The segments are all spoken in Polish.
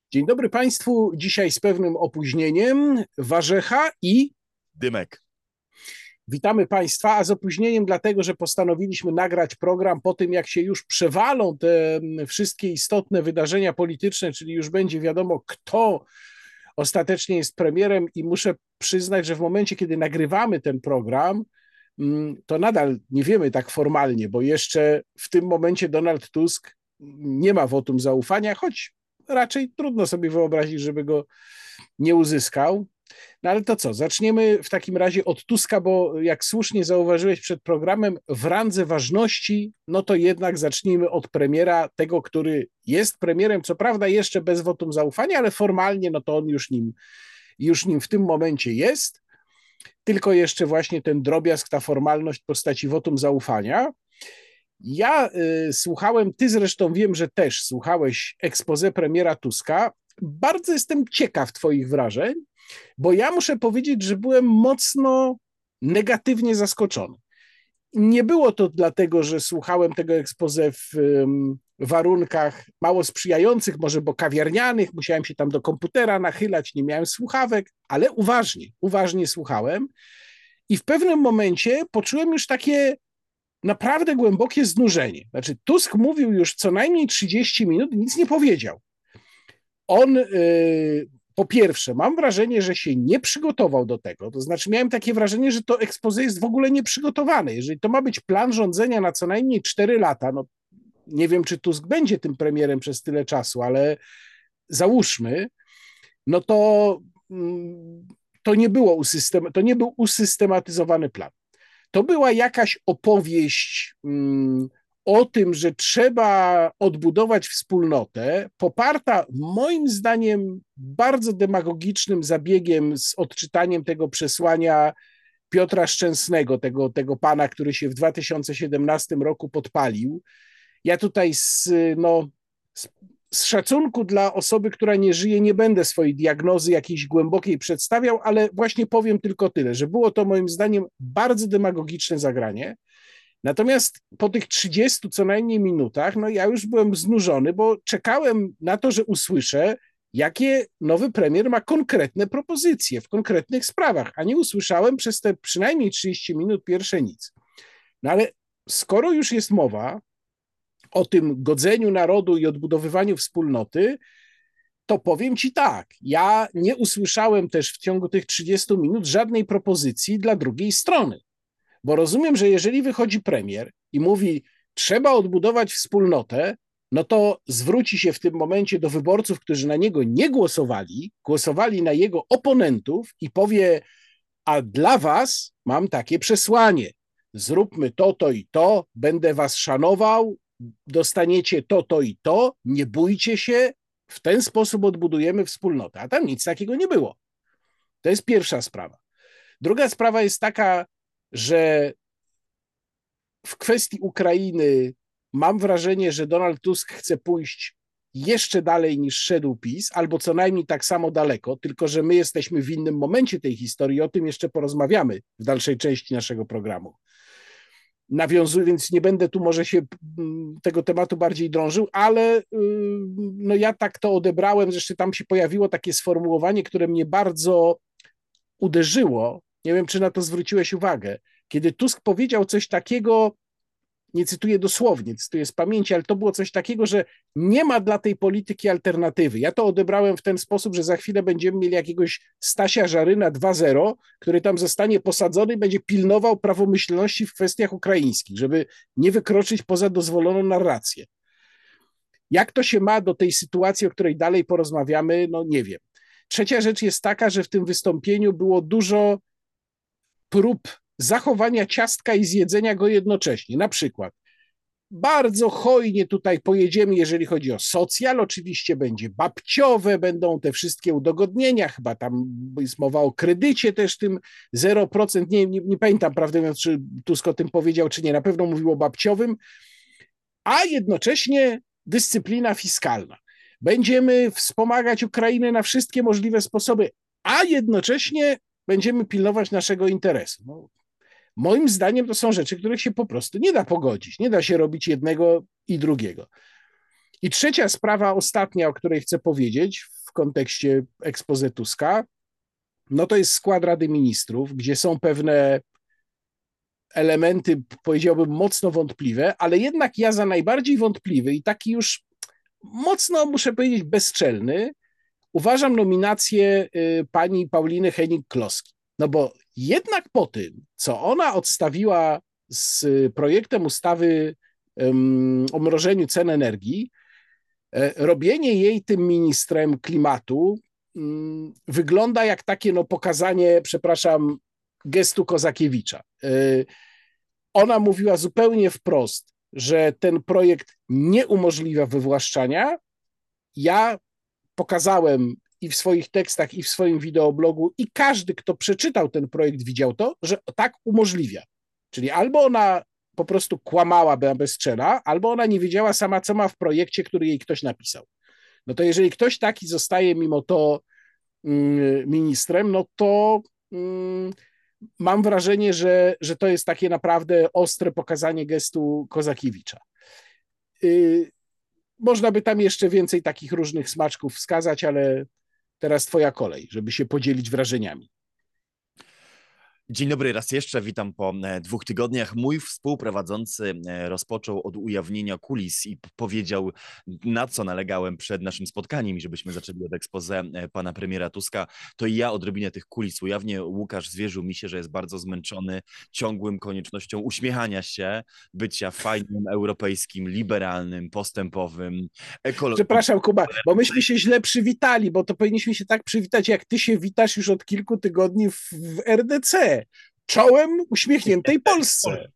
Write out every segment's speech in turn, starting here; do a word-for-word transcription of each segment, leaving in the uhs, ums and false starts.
Dzień dobry Państwu. Dzisiaj z pewnym opóźnieniem Warzecha i Dymek. Witamy Państwa, a z opóźnieniem dlatego, że postanowiliśmy nagrać program po tym, jak się już przewalą te wszystkie istotne wydarzenia polityczne, czyli już będzie wiadomo, kto ostatecznie jest premierem i muszę przyznać, że w momencie, kiedy nagrywamy ten program, to nadal nie wiemy tak formalnie, bo jeszcze w tym momencie Donald Tusk nie ma wotum zaufania, choć raczej trudno sobie wyobrazić, żeby go nie uzyskał. No ale to co, zaczniemy w takim razie od Tuska, bo jak słusznie zauważyłeś przed programem, w randze ważności, no to jednak zacznijmy od premiera, tego, który jest premierem, co prawda jeszcze bez wotum zaufania, ale formalnie no to on już nim, już nim w tym momencie jest, tylko jeszcze właśnie ten drobiazg, ta formalność w postaci wotum zaufania. Ja y, słuchałem, ty zresztą wiem, że też słuchałeś expose premiera Tuska. Bardzo jestem ciekaw twoich wrażeń, bo ja muszę powiedzieć, że byłem mocno negatywnie zaskoczony. Nie było to dlatego, że słuchałem tego expose w um, warunkach mało sprzyjających, może bo kawiarnianych, musiałem się tam do komputera nachylać, nie miałem słuchawek, ale uważnie, uważnie słuchałem i w pewnym momencie poczułem już takie naprawdę głębokie znużenie. Znaczy Tusk mówił już co najmniej trzydzieści minut, nic nie powiedział. On yy, po pierwsze, mam wrażenie, że się nie przygotował do tego, to znaczy miałem takie wrażenie, że to expose jest w ogóle nieprzygotowane. Jeżeli to ma być plan rządzenia na co najmniej cztery lata, no nie wiem, czy Tusk będzie tym premierem przez tyle czasu, ale załóżmy, no to, to, nie, było usystem, to nie był usystematyzowany plan. To była jakaś opowieść um, o tym, że trzeba odbudować wspólnotę, poparta moim zdaniem bardzo demagogicznym zabiegiem z odczytaniem tego przesłania Piotra Szczęsnego, tego, tego pana, który się w dwa tysiące siedemnastym roku podpalił. Ja tutaj z, no, z, z szacunku dla osoby, która nie żyje, nie będę swojej diagnozy jakiejś głębokiej przedstawiał, ale właśnie powiem tylko tyle, że było to moim zdaniem bardzo demagogiczne zagranie. Natomiast po tych trzydziestu co najmniej minutach, no ja już byłem znużony, bo czekałem na to, że usłyszę, jakie nowy premier ma konkretne propozycje w konkretnych sprawach, a nie usłyszałem przez te przynajmniej trzydzieści minut pierwsze nic. No ale skoro już jest mowa o tym godzeniu narodu i odbudowywaniu wspólnoty, to powiem ci tak, ja nie usłyszałem też w ciągu tych trzydziestu minut żadnej propozycji dla drugiej strony. Bo rozumiem, że jeżeli wychodzi premier i mówi, trzeba odbudować wspólnotę, no to zwróci się w tym momencie do wyborców, którzy na niego nie głosowali, głosowali na jego oponentów i powie, a dla was mam takie przesłanie, zróbmy to, to i to, będę was szanował, dostaniecie to, to i to, nie bójcie się, w ten sposób odbudujemy wspólnotę. A tam nic takiego nie było. To jest pierwsza sprawa. Druga sprawa jest taka, że w kwestii Ukrainy mam wrażenie, że Donald Tusk chce pójść jeszcze dalej niż szedł PiS, albo co najmniej tak samo daleko, tylko że my jesteśmy w innym momencie tej historii, o tym jeszcze porozmawiamy w dalszej części naszego programu. Nawiązuję, więc nie będę tu może się tego tematu bardziej drążył, ale no ja tak to odebrałem, zresztą tam się pojawiło takie sformułowanie, które mnie bardzo uderzyło. Nie wiem, czy na to zwróciłeś uwagę. Kiedy Tusk powiedział coś takiego, nie cytuję dosłownie, cytuję z pamięci, ale to było coś takiego, że nie ma dla tej polityki alternatywy. Ja to odebrałem w ten sposób, że za chwilę będziemy mieli jakiegoś Stasia Żaryna dwa zero, który tam zostanie posadzony i będzie pilnował prawomyślności w kwestiach ukraińskich, żeby nie wykroczyć poza dozwoloną narrację. Jak to się ma do tej sytuacji, o której dalej porozmawiamy, no nie wiem. Trzecia rzecz jest taka, że w tym wystąpieniu było dużo prób zachowania ciastka i zjedzenia go jednocześnie. Na przykład bardzo hojnie tutaj pojedziemy, jeżeli chodzi o socjal, oczywiście będzie babciowe, będą te wszystkie udogodnienia, chyba tam jest mowa o kredycie też tym zero procent, nie, nie, nie pamiętam prawdę mówiąc, czy Tusk o tym powiedział, czy nie, na pewno mówił o babciowym, a jednocześnie dyscyplina fiskalna. Będziemy wspomagać Ukrainę na wszystkie możliwe sposoby, a jednocześnie będziemy pilnować naszego interesu. No, moim zdaniem to są rzeczy, których się po prostu nie da pogodzić. Nie da się robić jednego i drugiego. I trzecia sprawa, ostatnia, o której chcę powiedzieć, kontekście exposé Tuska, no to jest skład Rady Ministrów, gdzie są pewne elementy, powiedziałbym, mocno wątpliwe, ale jednak ja za najbardziej wątpliwy i taki już mocno, muszę powiedzieć, bezczelny, uważam nominację pani Pauliny Hennig-Kloski. No bo jednak po tym, co ona odstawiła z projektem ustawy um, o mrożeniu cen energii, robienie jej tym ministrem klimatu um, wygląda jak takie no, pokazanie, przepraszam, gestu Kozakiewicza. Ona mówiła zupełnie wprost, że ten projekt nie umożliwia wywłaszczania. Ja pokazałem i w swoich tekstach, i w swoim wideoblogu, i każdy, kto przeczytał ten projekt, widział to, że tak umożliwia. Czyli albo ona po prostu kłamała bez czela, albo ona nie wiedziała sama, co ma w projekcie, który jej ktoś napisał. No to jeżeli ktoś taki zostaje mimo to mm, ministrem, no to mm, mam wrażenie, że, że to jest takie naprawdę ostre pokazanie gestu Kozakiewicza. Yy, można by tam jeszcze więcej takich różnych smaczków wskazać, ale teraz twoja kolej, żeby się podzielić wrażeniami. Dzień dobry raz jeszcze, witam po dwóch tygodniach. Mój współprowadzący rozpoczął od ujawnienia kulis i powiedział, na co nalegałem przed naszym spotkaniem, żebyśmy zaczęli od exposé pana premiera Tuska. To i ja odrobinę tych kulis ujawnię. Łukasz zwierzył mi się, że jest bardzo zmęczony ciągłym koniecznością uśmiechania się, bycia fajnym, europejskim, liberalnym, postępowym, ekologicznym. Przepraszam, Kuba, bo myśmy się źle przywitali, bo to powinniśmy się tak przywitać, jak ty się witasz już od kilku tygodni w, w R D C. Czołem uśmiechniętej Polsce.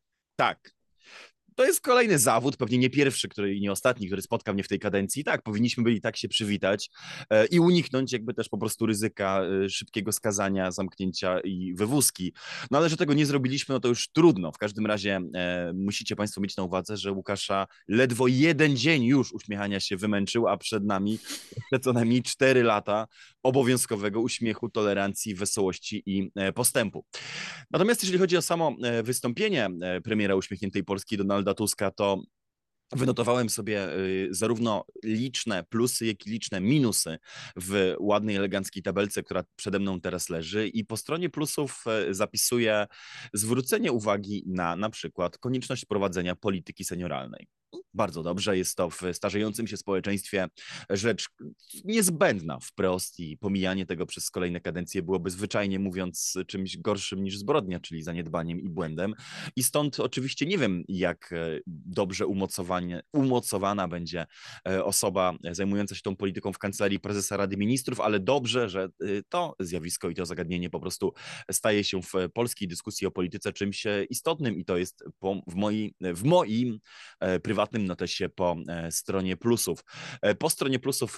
Tak. To jest kolejny zawód, pewnie nie pierwszy, który i nie ostatni, który spotka mnie w tej kadencji. Tak, powinniśmy byli tak się przywitać e, i uniknąć jakby też po prostu ryzyka e, szybkiego skazania, zamknięcia i wywózki. No ale że tego nie zrobiliśmy, no to już trudno. W każdym razie e, musicie Państwo mieć na uwadze, że Łukasza ledwo jeden dzień już uśmiechania się wymęczył, a przed nami jeszcze co najmniej cztery lata obowiązkowego uśmiechu, tolerancji, wesołości i e, postępu. Natomiast jeżeli chodzi o samo e, wystąpienie e, premiera uśmiechniętej Polski Donalda Tuska, to wynotowałem sobie zarówno liczne plusy, jak i liczne minusy w ładnej, eleganckiej tabelce, która przede mną teraz leży i po stronie plusów zapisuję zwrócenie uwagi na na przykład konieczność prowadzenia polityki senioralnej. Bardzo dobrze, jest to w starzejącym się społeczeństwie rzecz niezbędna wprost i pomijanie tego przez kolejne kadencje byłoby zwyczajnie mówiąc czymś gorszym niż zbrodnia, czyli zaniedbaniem i błędem. I stąd oczywiście nie wiem, jak dobrze umocowanie, umocowana będzie osoba zajmująca się tą polityką w Kancelarii Prezesa Rady Ministrów, ale dobrze, że to zjawisko i to zagadnienie po prostu staje się w polskiej dyskusji o polityce czymś istotnym i to jest po, w, moi, w moim prywatnym notesie po stronie plusów. Po stronie plusów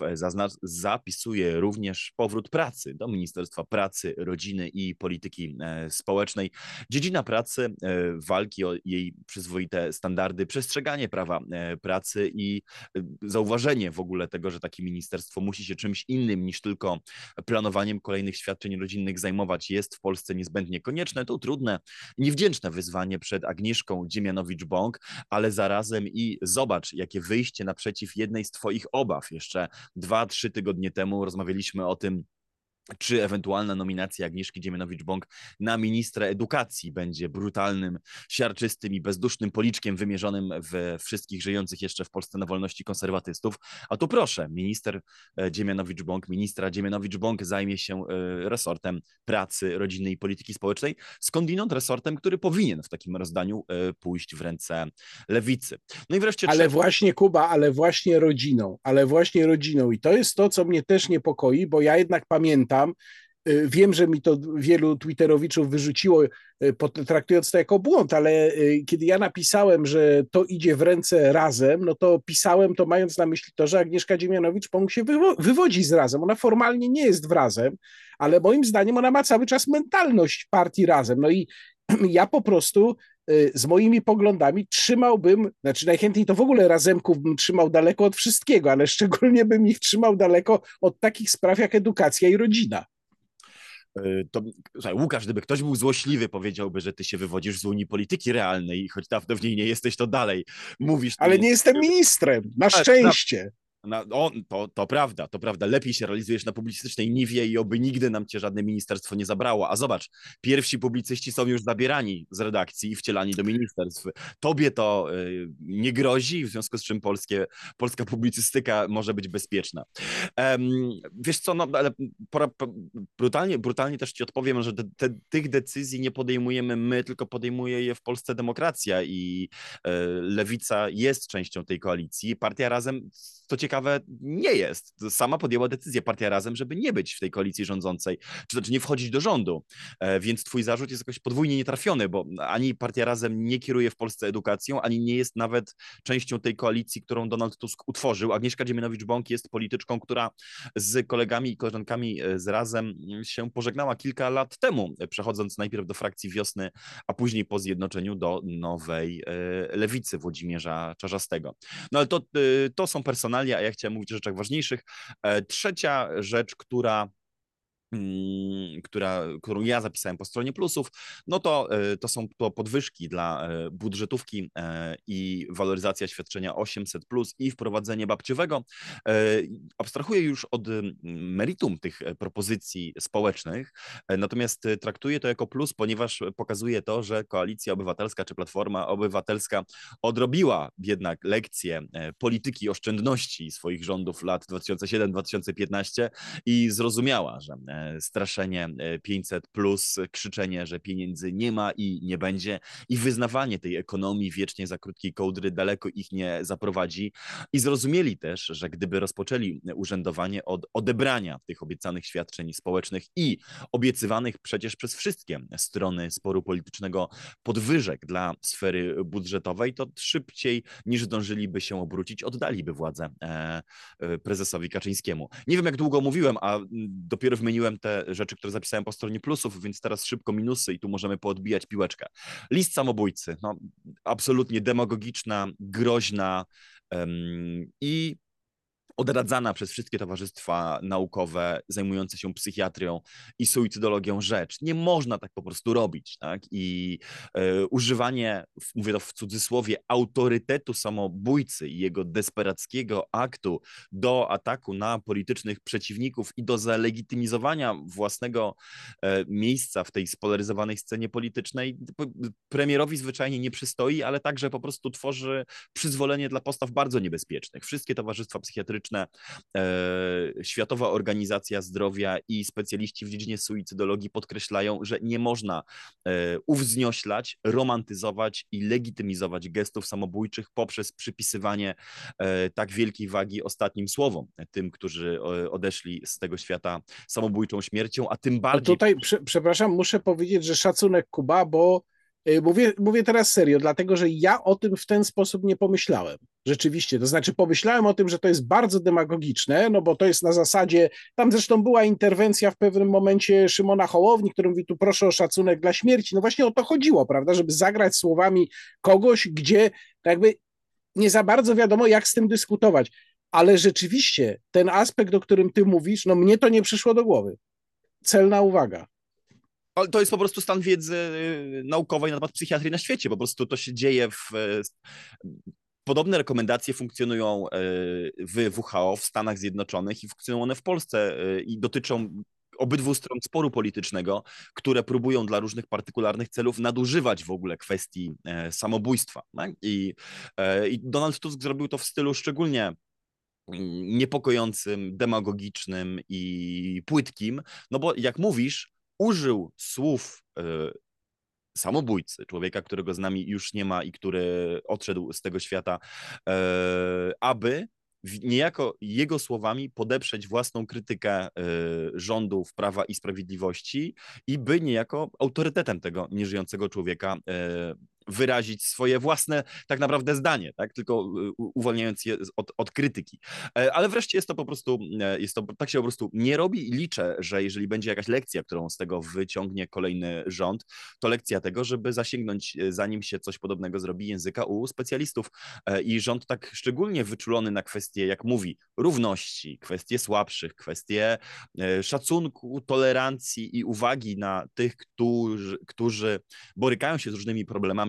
zapisuję również powrót pracy do Ministerstwa Pracy, Rodziny i Polityki Społecznej. Dziedzina pracy, walki o jej przyzwoite standardy, przestrzeganie prawa pracy i zauważenie w ogóle tego, że takie ministerstwo musi się czymś innym niż tylko planowaniem kolejnych świadczeń rodzinnych zajmować, jest w Polsce niezbędnie konieczne. To trudne, niewdzięczne wyzwanie przed Agnieszką Dziemianowicz-Bąk, ale zarazem i zobacz, jakie wyjście naprzeciw jednej z twoich obaw. Jeszcze dwa, trzy tygodnie temu rozmawialiśmy o tym, czy ewentualna nominacja Agnieszki Dziemianowicz-Bąk na ministra edukacji będzie brutalnym, siarczystym i bezdusznym policzkiem wymierzonym w wszystkich żyjących jeszcze w Polsce na wolności konserwatystów. A tu proszę, minister Dziemianowicz-Bąk, ministra Dziemianowicz-Bąk zajmie się resortem pracy, rodziny i polityki społecznej, skądinąd resortem, który powinien w takim rozdaniu pójść w ręce lewicy. No i wreszcie... Ale właśnie, Kuba, ale właśnie rodziną, ale właśnie rodziną i to jest to, co mnie też niepokoi, bo ja jednak pamiętam, wiem, że mi to wielu twitterowiczów wyrzuciło, traktując to jako błąd, ale kiedy ja napisałem, że to idzie w ręce Razem, no to pisałem to mając na myśli to, że Agnieszka Dziemianowicz-Bąk się wywo- wywodzi z Razem. Ona formalnie nie jest w Razem, ale moim zdaniem ona ma cały czas mentalność partii Razem. No i ja po prostu z moimi poglądami trzymałbym, znaczy najchętniej to w ogóle Razemków bym trzymał daleko od wszystkiego, ale szczególnie bym ich trzymał daleko od takich spraw jak edukacja i rodzina. To, słuchaj, Łukasz, gdyby ktoś był złośliwy, powiedziałby, że ty się wywodzisz z Unii Polityki Realnej i choć dawno w niej nie jesteś, to dalej mówisz. Ale nie jestem ministrem, na szczęście. Na, o, to, to prawda, to prawda. Lepiej się realizujesz na publicystycznej niwie i oby nigdy nam cię żadne ministerstwo nie zabrało. A zobacz, pierwsi publicyści są już zabierani z redakcji i wcielani do ministerstw. Tobie to y, nie grozi, w związku z czym polskie, polska publicystyka może być bezpieczna. Um, wiesz co, no ale pora, brutalnie, brutalnie też ci odpowiem, że te, te, tych decyzji nie podejmujemy my, tylko podejmuje je w Polsce demokracja i y, Lewica jest częścią tej koalicji. Partia Razem, co ciekawe, nie jest. Sama podjęła decyzję, Partia Razem, żeby nie być w tej koalicji rządzącej, czy znaczy nie wchodzić do rządu. E, więc twój zarzut jest jakoś podwójnie nietrafiony, bo ani Partia Razem nie kieruje w Polsce edukacją, ani nie jest nawet częścią tej koalicji, którą Donald Tusk utworzył. Agnieszka Dziemianowicz-Bąk jest polityczką, która z kolegami i koleżankami z Razem się pożegnała kilka lat temu, przechodząc najpierw do frakcji Wiosny, a później po zjednoczeniu do nowej e, Lewicy Włodzimierza Czarzastego. No ale to, e, to są personalia, a ja chciałem mówić o rzeczach ważniejszych. E, trzecia rzecz, która Która, którą ja zapisałem po stronie plusów, no to, to są to podwyżki dla budżetówki i waloryzacja świadczenia osiemset plus i wprowadzenie babciowego. Abstrahuję już od meritum tych propozycji społecznych, natomiast traktuję to jako plus, ponieważ pokazuje to, że Koalicja Obywatelska czy Platforma Obywatelska odrobiła jednak lekcję polityki oszczędności swoich rządów lat dwa tysiące siódmy do dwa tysiące piętnastego i zrozumiała, że straszenie pięćset plus, krzyczenie, że pieniędzy nie ma i nie będzie i wyznawanie tej ekonomii wiecznie za krótkiej kołdry daleko ich nie zaprowadzi. I zrozumieli też, że gdyby rozpoczęli urzędowanie od odebrania tych obiecanych świadczeń społecznych i obiecywanych przecież przez wszystkie strony sporu politycznego podwyżek dla sfery budżetowej, to szybciej niż zdążyliby się obrócić, oddaliby władzę prezesowi Kaczyńskiemu. Nie wiem, jak długo mówiłem, a dopiero wymieniłem te rzeczy, które zapisałem po stronie plusów, więc teraz szybko minusy i tu możemy poodbijać piłeczkę. List samobójcy, no absolutnie demagogiczna, groźna um, i odradzana przez wszystkie towarzystwa naukowe zajmujące się psychiatrią i suicydologią rzecz. Nie można tak po prostu robić, tak? I e, używanie, mówię to w cudzysłowie, autorytetu samobójcy i jego desperackiego aktu do ataku na politycznych przeciwników i do zalegitymizowania własnego e, miejsca w tej spolaryzowanej scenie politycznej premierowi zwyczajnie nie przystoi, ale także po prostu tworzy przyzwolenie dla postaw bardzo niebezpiecznych. Wszystkie towarzystwa psychiatryczne, Światowa Organizacja Zdrowia i specjaliści w dziedzinie suicydologii podkreślają, że nie można uwznioślać, romantyzować i legitymizować gestów samobójczych poprzez przypisywanie tak wielkiej wagi ostatnim słowom, tym, którzy odeszli z tego świata samobójczą śmiercią, a tym bardziej... No tutaj, prze, przepraszam, muszę powiedzieć, że szacunek, Kuba, bo Mówię, mówię teraz serio, dlatego że ja o tym w ten sposób nie pomyślałem. Rzeczywiście, to znaczy pomyślałem o tym, że to jest bardzo demagogiczne, no bo to jest na zasadzie, tam zresztą była interwencja w pewnym momencie Szymona Hołowni, który mówi tu proszę o szacunek dla śmierci. No właśnie o to chodziło, prawda, żeby zagrać słowami kogoś, gdzie jakby nie za bardzo wiadomo, jak z tym dyskutować. Ale rzeczywiście ten aspekt, o którym ty mówisz, no mnie to nie przyszło do głowy. Celna uwaga. Ale to jest po prostu stan wiedzy naukowej na temat psychiatrii na świecie. Po prostu to się dzieje w... Podobne rekomendacje funkcjonują w W H O w Stanach Zjednoczonych i funkcjonują one w Polsce i dotyczą obydwu stron sporu politycznego, które próbują dla różnych partykularnych celów nadużywać w ogóle kwestii samobójstwa. I, i Donald Tusk zrobił to w stylu szczególnie niepokojącym, demagogicznym i płytkim, no bo jak mówisz, użył słów y, samobójcy, człowieka, którego z nami już nie ma i który odszedł z tego świata, y, aby niejako jego słowami podeprzeć własną krytykę y, rządów Prawa i Sprawiedliwości i by niejako autorytetem tego nieżyjącego człowieka y, wyrazić swoje własne tak naprawdę zdanie, tak? Tylko uwalniając je od, od krytyki. Ale wreszcie jest to po prostu, jest to, tak się po prostu nie robi i liczę, że jeżeli będzie jakaś lekcja, którą z tego wyciągnie kolejny rząd, to lekcja tego, żeby zasięgnąć, zanim się coś podobnego zrobi, języka u specjalistów. I rząd tak szczególnie wyczulony na kwestie, jak mówi, równości, kwestie słabszych, kwestie szacunku, tolerancji i uwagi na tych, którzy, którzy borykają się z różnymi problemami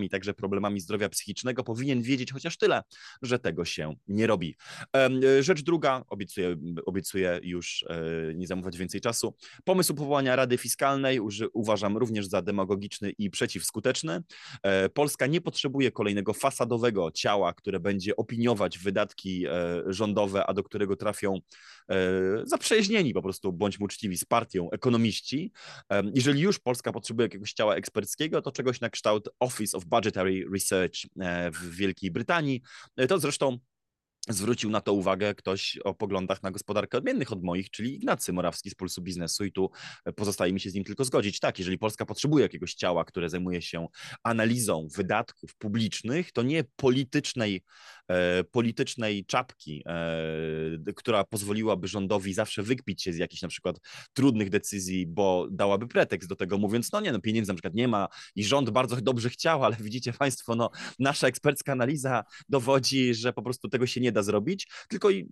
chorobami, także problemami zdrowia psychicznego, powinien wiedzieć chociaż tyle, że tego się nie robi. Rzecz druga, obiecuję, obiecuję już nie zajmować więcej czasu. Pomysł powołania Rady Fiskalnej uważam również za demagogiczny i przeciwskuteczny. Polska nie potrzebuje kolejnego fasadowego ciała, które będzie opiniować wydatki rządowe, a do którego trafią zaprzyjaźnieni po prostu, bądźmy uczciwi, z partią ekonomiści. Jeżeli już Polska potrzebuje jakiegoś ciała eksperckiego, to czegoś na kształt Office of Budgetary Research w Wielkiej Brytanii. To zresztą zwrócił na to uwagę ktoś o poglądach na gospodarkę odmiennych od moich, czyli Ignacy Morawski z Pulsu Biznesu i tu pozostaje mi się z nim tylko zgodzić. Tak, jeżeli Polska potrzebuje jakiegoś ciała, które zajmuje się analizą wydatków publicznych, to nie politycznej, e, politycznej czapki, e, która pozwoliłaby rządowi zawsze wykpić się z jakichś na przykład trudnych decyzji, bo dałaby pretekst do tego, mówiąc, no nie, no pieniędzy na przykład nie ma i rząd bardzo dobrze chciał, ale widzicie państwo, no nasza ekspercka analiza dowodzi, że po prostu tego się nie da zrobić, tylko i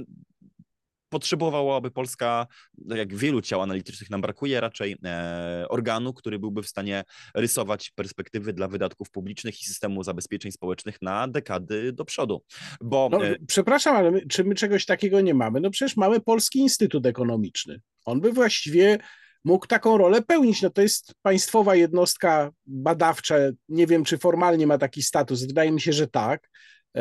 potrzebowałaby Polska, jak wielu ciał analitycznych nam brakuje, raczej e, organu, który byłby w stanie rysować perspektywy dla wydatków publicznych i systemu zabezpieczeń społecznych na dekady do przodu. Bo, no, e... Przepraszam, ale my, czy my czegoś takiego nie mamy? No przecież mamy Polski Instytut Ekonomiczny. On by właściwie mógł taką rolę pełnić. No to jest państwowa jednostka badawcza. Nie wiem, czy formalnie ma taki status. Wydaje mi się, że tak.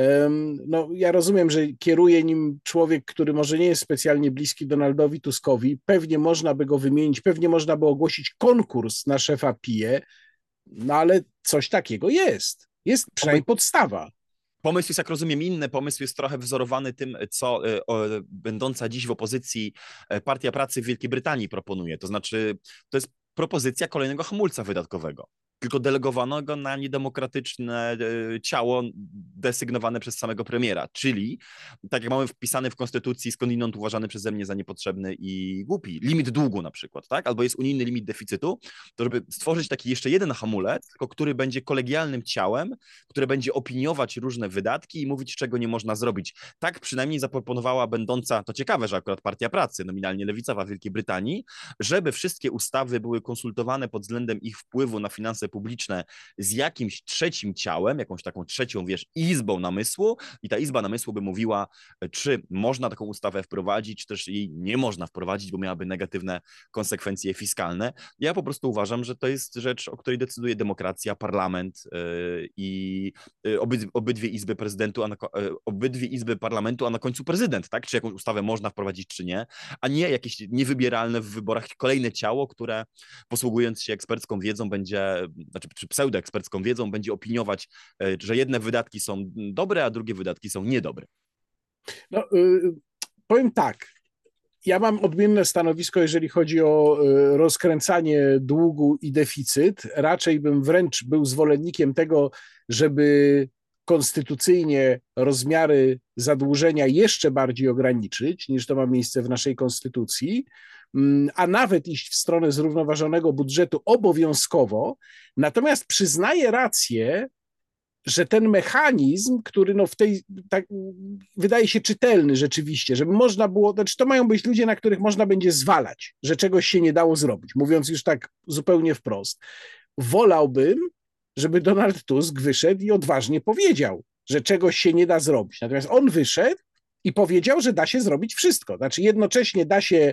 No, ja rozumiem, że kieruje nim człowiek, który może nie jest specjalnie bliski Donaldowi Tuskowi. Pewnie można by go wymienić, pewnie można by ogłosić konkurs na szefa P I E, no ale coś takiego jest. Jest przynajmniej podstawa. Pomysł jest, jak rozumiem, inny. Pomysł jest trochę wzorowany tym, co o, będąca dziś w opozycji Partia Pracy w Wielkiej Brytanii proponuje. To znaczy, to jest propozycja kolejnego hamulca wydatkowego, tylko delegowanego na niedemokratyczne ciało desygnowane przez samego premiera, czyli tak jak mamy wpisany w konstytucji, skądinąd uważany przeze mnie za niepotrzebny i głupi, limit długu na przykład, tak? Albo jest unijny limit deficytu, to żeby stworzyć taki jeszcze jeden hamulec, tylko który będzie kolegialnym ciałem, które będzie opiniować różne wydatki i mówić, czego nie można zrobić. Tak przynajmniej zaproponowała będąca, to ciekawe, że akurat Partia Pracy, nominalnie lewicowa w Wielkiej Brytanii, żeby wszystkie ustawy były konsultowane pod względem ich wpływu na finanse publiczne z jakimś trzecim ciałem, jakąś taką trzecią, wiesz, izbą namysłu i ta izba namysłu by mówiła, czy można taką ustawę wprowadzić, czy też jej nie można wprowadzić, bo miałaby negatywne konsekwencje fiskalne. Ja po prostu uważam, że to jest rzecz, o której decyduje demokracja, parlament yy, i yy, obyd obydwie izby prezydentu, a na, yy, obydwie izby parlamentu, a na końcu prezydent, tak? Czy jakąś ustawę można wprowadzić, czy nie, a nie jakieś niewybieralne w wyborach kolejne ciało, które posługując się ekspercką wiedzą będzie, znaczy czy pseudoekspercką wiedzą, będzie opiniować, że jedne wydatki są dobre, a drugie wydatki są niedobre. No, y, powiem tak. Ja mam odmienne stanowisko, jeżeli chodzi o y, rozkręcanie długu i deficyt. Raczej bym wręcz był zwolennikiem tego, żeby konstytucyjnie rozmiary zadłużenia jeszcze bardziej ograniczyć, niż to ma miejsce w naszej konstytucji, a nawet iść w stronę zrównoważonego budżetu obowiązkowo. Natomiast przyznaję rację, że ten mechanizm, który no w tej, tak, wydaje się czytelny rzeczywiście, żeby można było, znaczy to mają być ludzie, na których można będzie zwalać, że czegoś się nie dało zrobić, mówiąc już tak zupełnie wprost. Wolałbym, żeby Donald Tusk wyszedł i odważnie powiedział, że czegoś się nie da zrobić. Natomiast on wyszedł i powiedział, że da się zrobić wszystko. Znaczy jednocześnie da się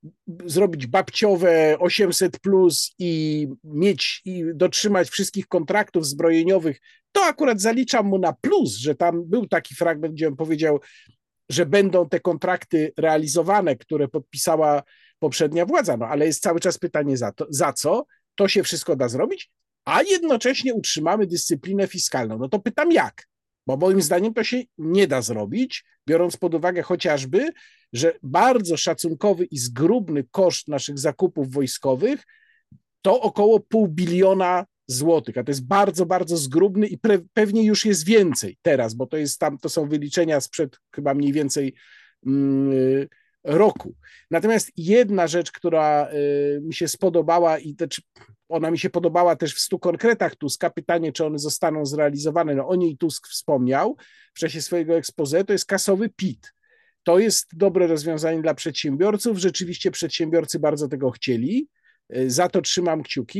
zrobić babciowe osiemset plus i mieć i dotrzymać wszystkich kontraktów zbrojeniowych, to akurat zaliczam mu na plus, że tam był taki fragment, gdzie on powiedział, że będą te kontrakty realizowane, które podpisała poprzednia władza, no ale jest cały czas pytanie za to, za co to się wszystko da zrobić, a jednocześnie utrzymamy dyscyplinę fiskalną. No to pytam jak? Bo moim zdaniem to się nie da zrobić, biorąc pod uwagę chociażby, że bardzo szacunkowy i zgrubny koszt naszych zakupów wojskowych to około pół biliona złotych, a to jest bardzo, bardzo zgrubny i pewnie już jest więcej teraz, bo to jest tam, to są wyliczenia sprzed chyba mniej więcej mm, roku. Natomiast jedna rzecz, która y, mi się spodobała i to, ona mi się podobała też w stu konkretach Tuska, pytanie, czy one zostaną zrealizowane, no o niej Tusk wspomniał w czasie swojego exposé, to jest kasowy P I T. To jest dobre rozwiązanie dla przedsiębiorców, rzeczywiście przedsiębiorcy bardzo tego chcieli, za to trzymam kciuki.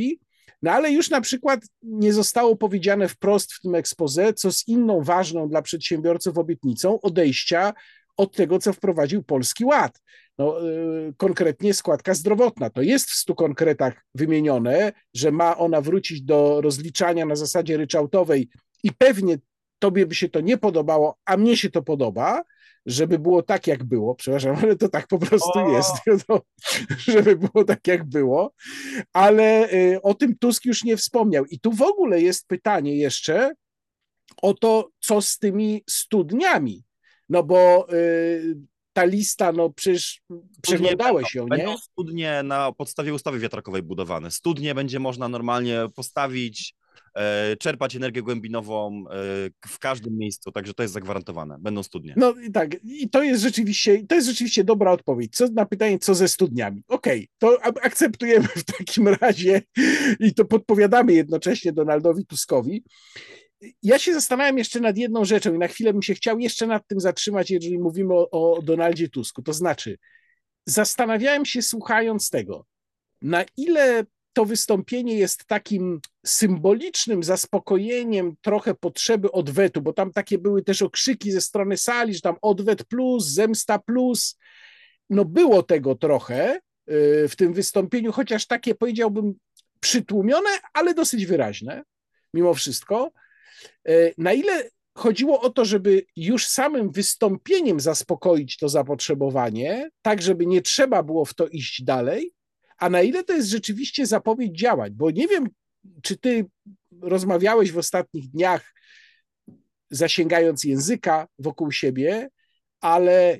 No ale już na przykład nie zostało powiedziane wprost w tym exposé, co z inną ważną dla przedsiębiorców obietnicą odejścia od tego, co wprowadził Polski Ład. No, yy, konkretnie składka zdrowotna. To jest w stu konkretach wymienione, że ma ona wrócić do rozliczania na zasadzie ryczałtowej i pewnie tobie by się to nie podobało, a mnie się to podoba, żeby było tak, jak było. Przepraszam, ale to tak po prostu O! jest. No, żeby było tak, jak było. Ale y, o tym Tusk już nie wspomniał. I tu w ogóle jest pytanie jeszcze o to, co z tymi studniami. No bo y, ta lista, no przecież przeglądałeś ją, Będą nie? studnie na podstawie ustawy wiatrakowej budowane. Studnie będzie można normalnie postawić, e, czerpać energię głębinową e, w każdym miejscu, także to jest zagwarantowane. Będą studnie. No i tak, i to jest rzeczywiście, to jest rzeczywiście dobra odpowiedź. Co, na pytanie, co ze studniami? Okej, to a- akceptujemy w takim razie i to podpowiadamy jednocześnie Donaldowi Tuskowi. Ja się zastanawiam jeszcze nad jedną rzeczą i na chwilę bym się chciał jeszcze nad tym zatrzymać, jeżeli mówimy o, o Donaldzie Tusku. To znaczy, zastanawiałem się, słuchając tego, na ile to wystąpienie jest takim symbolicznym zaspokojeniem trochę potrzeby odwetu, bo tam takie były też okrzyki ze strony sali, że tam odwet plus, zemsta plus. No było tego trochę w tym wystąpieniu, chociaż takie, powiedziałbym, przytłumione, ale dosyć wyraźne mimo wszystko. Na ile chodziło o to, żeby już samym wystąpieniem zaspokoić to zapotrzebowanie, tak żeby nie trzeba było w to iść dalej, a na ile to jest rzeczywiście zapowiedź działań, bo nie wiem, czy ty rozmawiałeś w ostatnich dniach, zasięgając języka wokół siebie, ale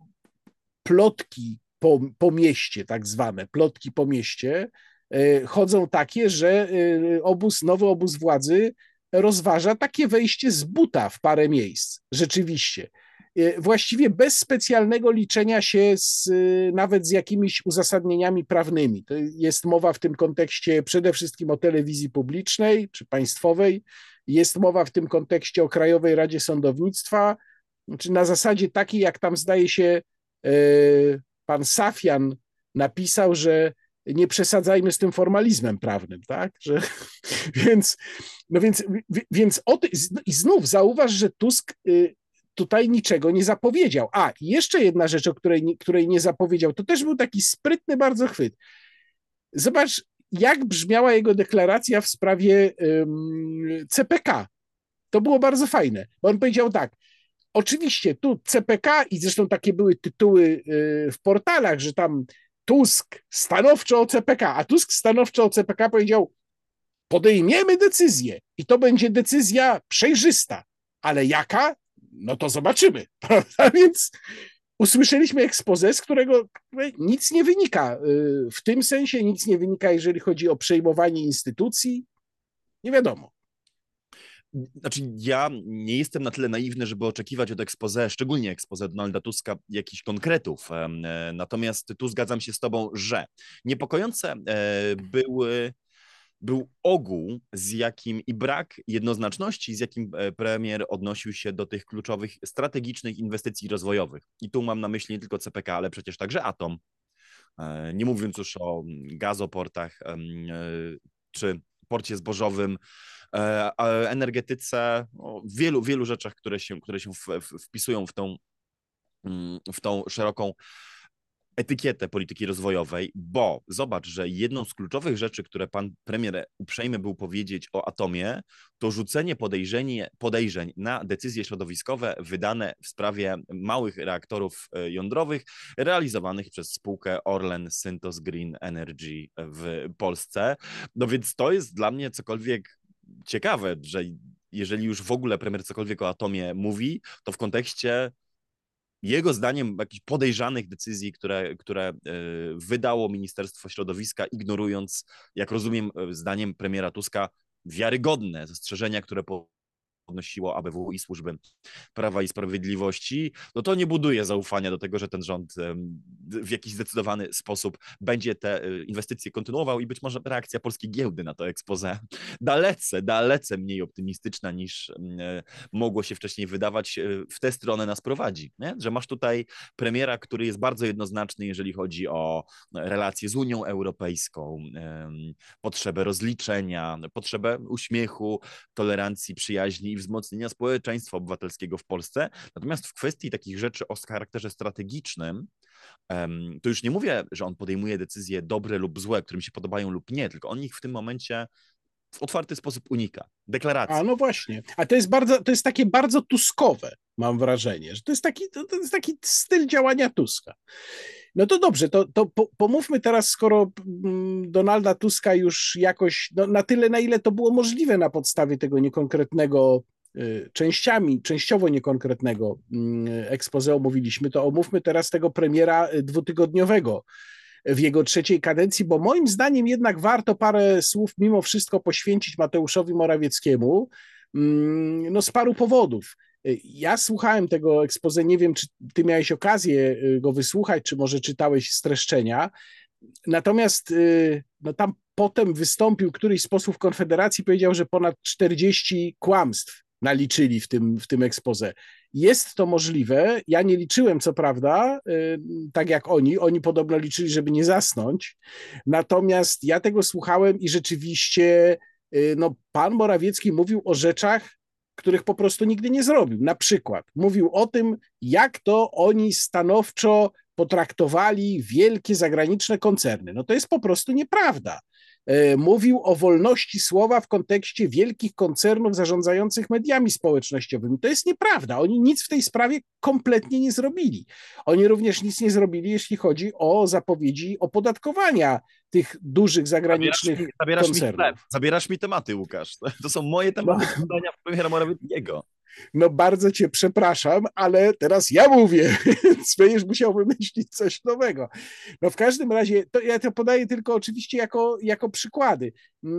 plotki po, po mieście, tak zwane plotki po mieście, chodzą takie, że obóz, nowy obóz władzy rozważa takie wejście z buta w parę miejsc. Rzeczywiście. Właściwie bez specjalnego liczenia się z, nawet z jakimiś uzasadnieniami prawnymi. To jest mowa w tym kontekście przede wszystkim o telewizji publicznej czy państwowej. Jest mowa w tym kontekście o Krajowej Radzie Sądownictwa, czy na zasadzie takiej, jak tam zdaje się pan Safian napisał, że nie przesadzajmy z tym formalizmem prawnym, tak? Że, więc, no więc, więc o ty, i znów zauważ, że Tusk tutaj niczego nie zapowiedział. A, i jeszcze jedna rzecz, o której, której nie zapowiedział, to też był taki sprytny bardzo chwyt. Zobacz, jak brzmiała jego deklaracja w sprawie um, C P K. To było bardzo fajne, bo on powiedział tak, oczywiście tu C P K i zresztą takie były tytuły w portalach, że tam Tusk stanowczo o C P K, a Tusk stanowczo o C P K powiedział, podejmiemy decyzję i to będzie decyzja przejrzysta, ale jaka? No to zobaczymy, prawda? Więc usłyszeliśmy expose, z którego nic nie wynika. W tym sensie nic nie wynika, jeżeli chodzi o przejmowanie instytucji. Nie wiadomo. Znaczy, ja nie jestem na tyle naiwny, żeby oczekiwać od expose, szczególnie expose Donalda Tuska, jakichś konkretów. Natomiast tu zgadzam się z tobą, że niepokojące były, był ogół, z jakim i brak jednoznaczności, z jakim premier odnosił się do tych kluczowych strategicznych inwestycji rozwojowych. I tu mam na myśli nie tylko C P K, ale przecież także Atom. Nie mówiąc już o gazoportach czy porcie zbożowym, energetyce, o wielu, wielu rzeczach, które się, które się w, w, wpisują w tą, w tą szeroką etykietę polityki rozwojowej, bo zobacz, że jedną z kluczowych rzeczy, które pan premier uprzejmy był powiedzieć o Atomie, to rzucenie podejrzeń, podejrzeń na decyzje środowiskowe wydane w sprawie małych reaktorów jądrowych realizowanych przez spółkę Orlen Synthos Green Energy w Polsce. No więc to jest dla mnie cokolwiek ciekawe, że jeżeli już w ogóle premier cokolwiek o Atomie mówi, to w kontekście jego zdaniem jakichś podejrzanych decyzji, które, które wydało Ministerstwo Środowiska, ignorując, jak rozumiem, zdaniem premiera Tuska, wiarygodne zastrzeżenia, które podnosiło A B W i służby Prawa i Sprawiedliwości, no to nie buduje zaufania do tego, że ten rząd w jakiś zdecydowany sposób będzie te inwestycje kontynuował i być może reakcja polskiej giełdy na to expose dalece, dalece mniej optymistyczna niż mogło się wcześniej wydawać, w tę stronę nas prowadzi, nie? Że masz tutaj premiera, który jest bardzo jednoznaczny, jeżeli chodzi o relacje z Unią Europejską, potrzebę rozliczenia, potrzebę uśmiechu, tolerancji, przyjaźni i wzmocnienia społeczeństwa obywatelskiego w Polsce. Natomiast w kwestii takich rzeczy o charakterze strategicznym, to już nie mówię, że on podejmuje decyzje dobre lub złe, które mi się podobają lub nie, tylko on ich w tym momencie w otwarty sposób unika. Deklaracji. A no właśnie. A to jest bardzo, to jest takie bardzo tuskowe, mam wrażenie, że to jest taki, to, to jest taki styl działania Tuska. No to dobrze, to, to po, pomówmy teraz, skoro Donalda Tuska już jakoś, no, na tyle, na ile to było możliwe na podstawie tego niekonkretnego, y, częściami, częściowo niekonkretnego y, expose omówiliśmy, to omówmy teraz tego premiera dwutygodniowego w jego trzeciej kadencji, bo moim zdaniem jednak warto parę słów mimo wszystko poświęcić Mateuszowi Morawieckiemu, no z paru powodów. Ja słuchałem tego expose, nie wiem, czy ty miałeś okazję go wysłuchać, czy może czytałeś streszczenia, natomiast no tam potem wystąpił któryś z posłów Konfederacji, powiedział, że ponad czterdzieści kłamstw naliczyli w tym, w tym expose. Jest to możliwe. Ja nie liczyłem, co prawda, tak jak oni. Oni podobno liczyli, żeby nie zasnąć. Natomiast ja tego słuchałem i rzeczywiście no, pan Morawiecki mówił o rzeczach, których po prostu nigdy nie zrobił. Na przykład mówił o tym, jak to oni stanowczo potraktowali wielkie zagraniczne koncerny. No to jest po prostu nieprawda. Mówił o wolności słowa w kontekście wielkich koncernów zarządzających mediami społecznościowymi. To jest nieprawda. Oni nic w tej sprawie kompletnie nie zrobili. Oni również nic nie zrobili, jeśli chodzi o zapowiedzi opodatkowania tych dużych zagranicznych zabierasz mi, zabierasz koncernów. Mi zabierasz mi tematy, Łukasz. To są moje tematy pytania no. premiera Morawieckiego. No bardzo cię przepraszam, ale teraz ja mówię, więc będziesz musiał wymyślić coś nowego. No w każdym razie, to ja to podaję tylko oczywiście jako, jako przykłady.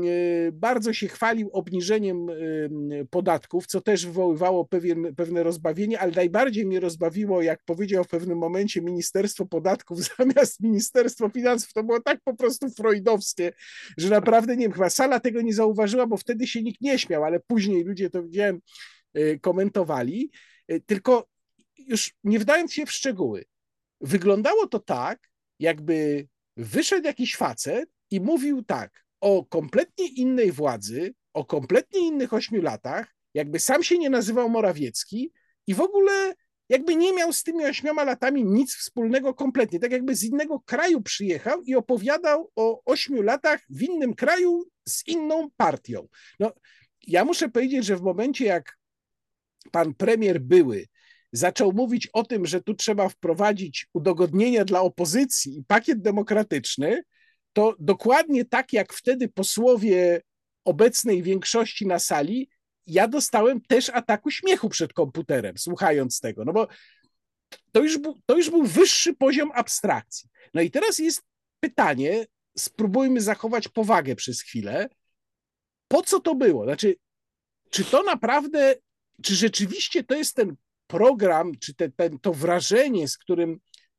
Bardzo się chwalił obniżeniem podatków, co też wywoływało pewien, pewne rozbawienie, ale najbardziej mnie rozbawiło, jak powiedział w pewnym momencie Ministerstwo Podatków zamiast Ministerstwo Finansów. To było tak po prostu freudowskie, że naprawdę, nie wiem, chyba sala tego nie zauważyła, bo wtedy się nikt nie śmiał, ale później ludzie to widziałem, komentowali, tylko już nie wdając się w szczegóły, wyglądało to tak, jakby wyszedł jakiś facet i mówił tak o kompletnie innej władzy, o kompletnie innych ośmiu latach, jakby sam się nie nazywał Morawiecki i w ogóle jakby nie miał z tymi ośmioma latami nic wspólnego kompletnie, tak jakby z innego kraju przyjechał i opowiadał o ośmiu latach w innym kraju z inną partią. No, ja muszę powiedzieć, że w momencie, jak pan premier były zaczął mówić o tym, że tu trzeba wprowadzić udogodnienia dla opozycji i pakiet demokratyczny, to dokładnie tak jak wtedy posłowie obecnej większości na sali, ja dostałem też ataku śmiechu przed komputerem, słuchając tego, no bo to już był, to już był wyższy poziom abstrakcji. No i teraz jest pytanie, spróbujmy zachować powagę przez chwilę, po co to było? Znaczy, czy to naprawdę, czy rzeczywiście to jest ten program, czy te, ten, to wrażenie, z którym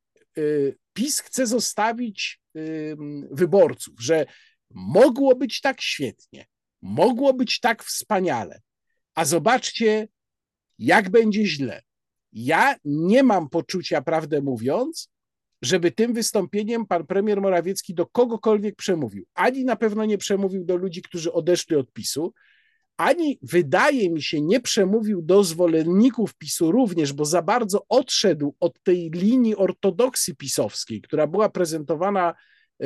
y, PiS chce zostawić y, wyborców, że mogło być tak świetnie, mogło być tak wspaniale, a zobaczcie, jak będzie źle. Ja nie mam poczucia, prawdę mówiąc, żeby tym wystąpieniem pan premier Morawiecki do kogokolwiek przemówił. Ani na pewno nie przemówił do ludzi, którzy odeszli od PiSu, ani wydaje mi się nie przemówił do zwolenników PiSu również, bo za bardzo odszedł od tej linii ortodoksji pisowskiej, która była prezentowana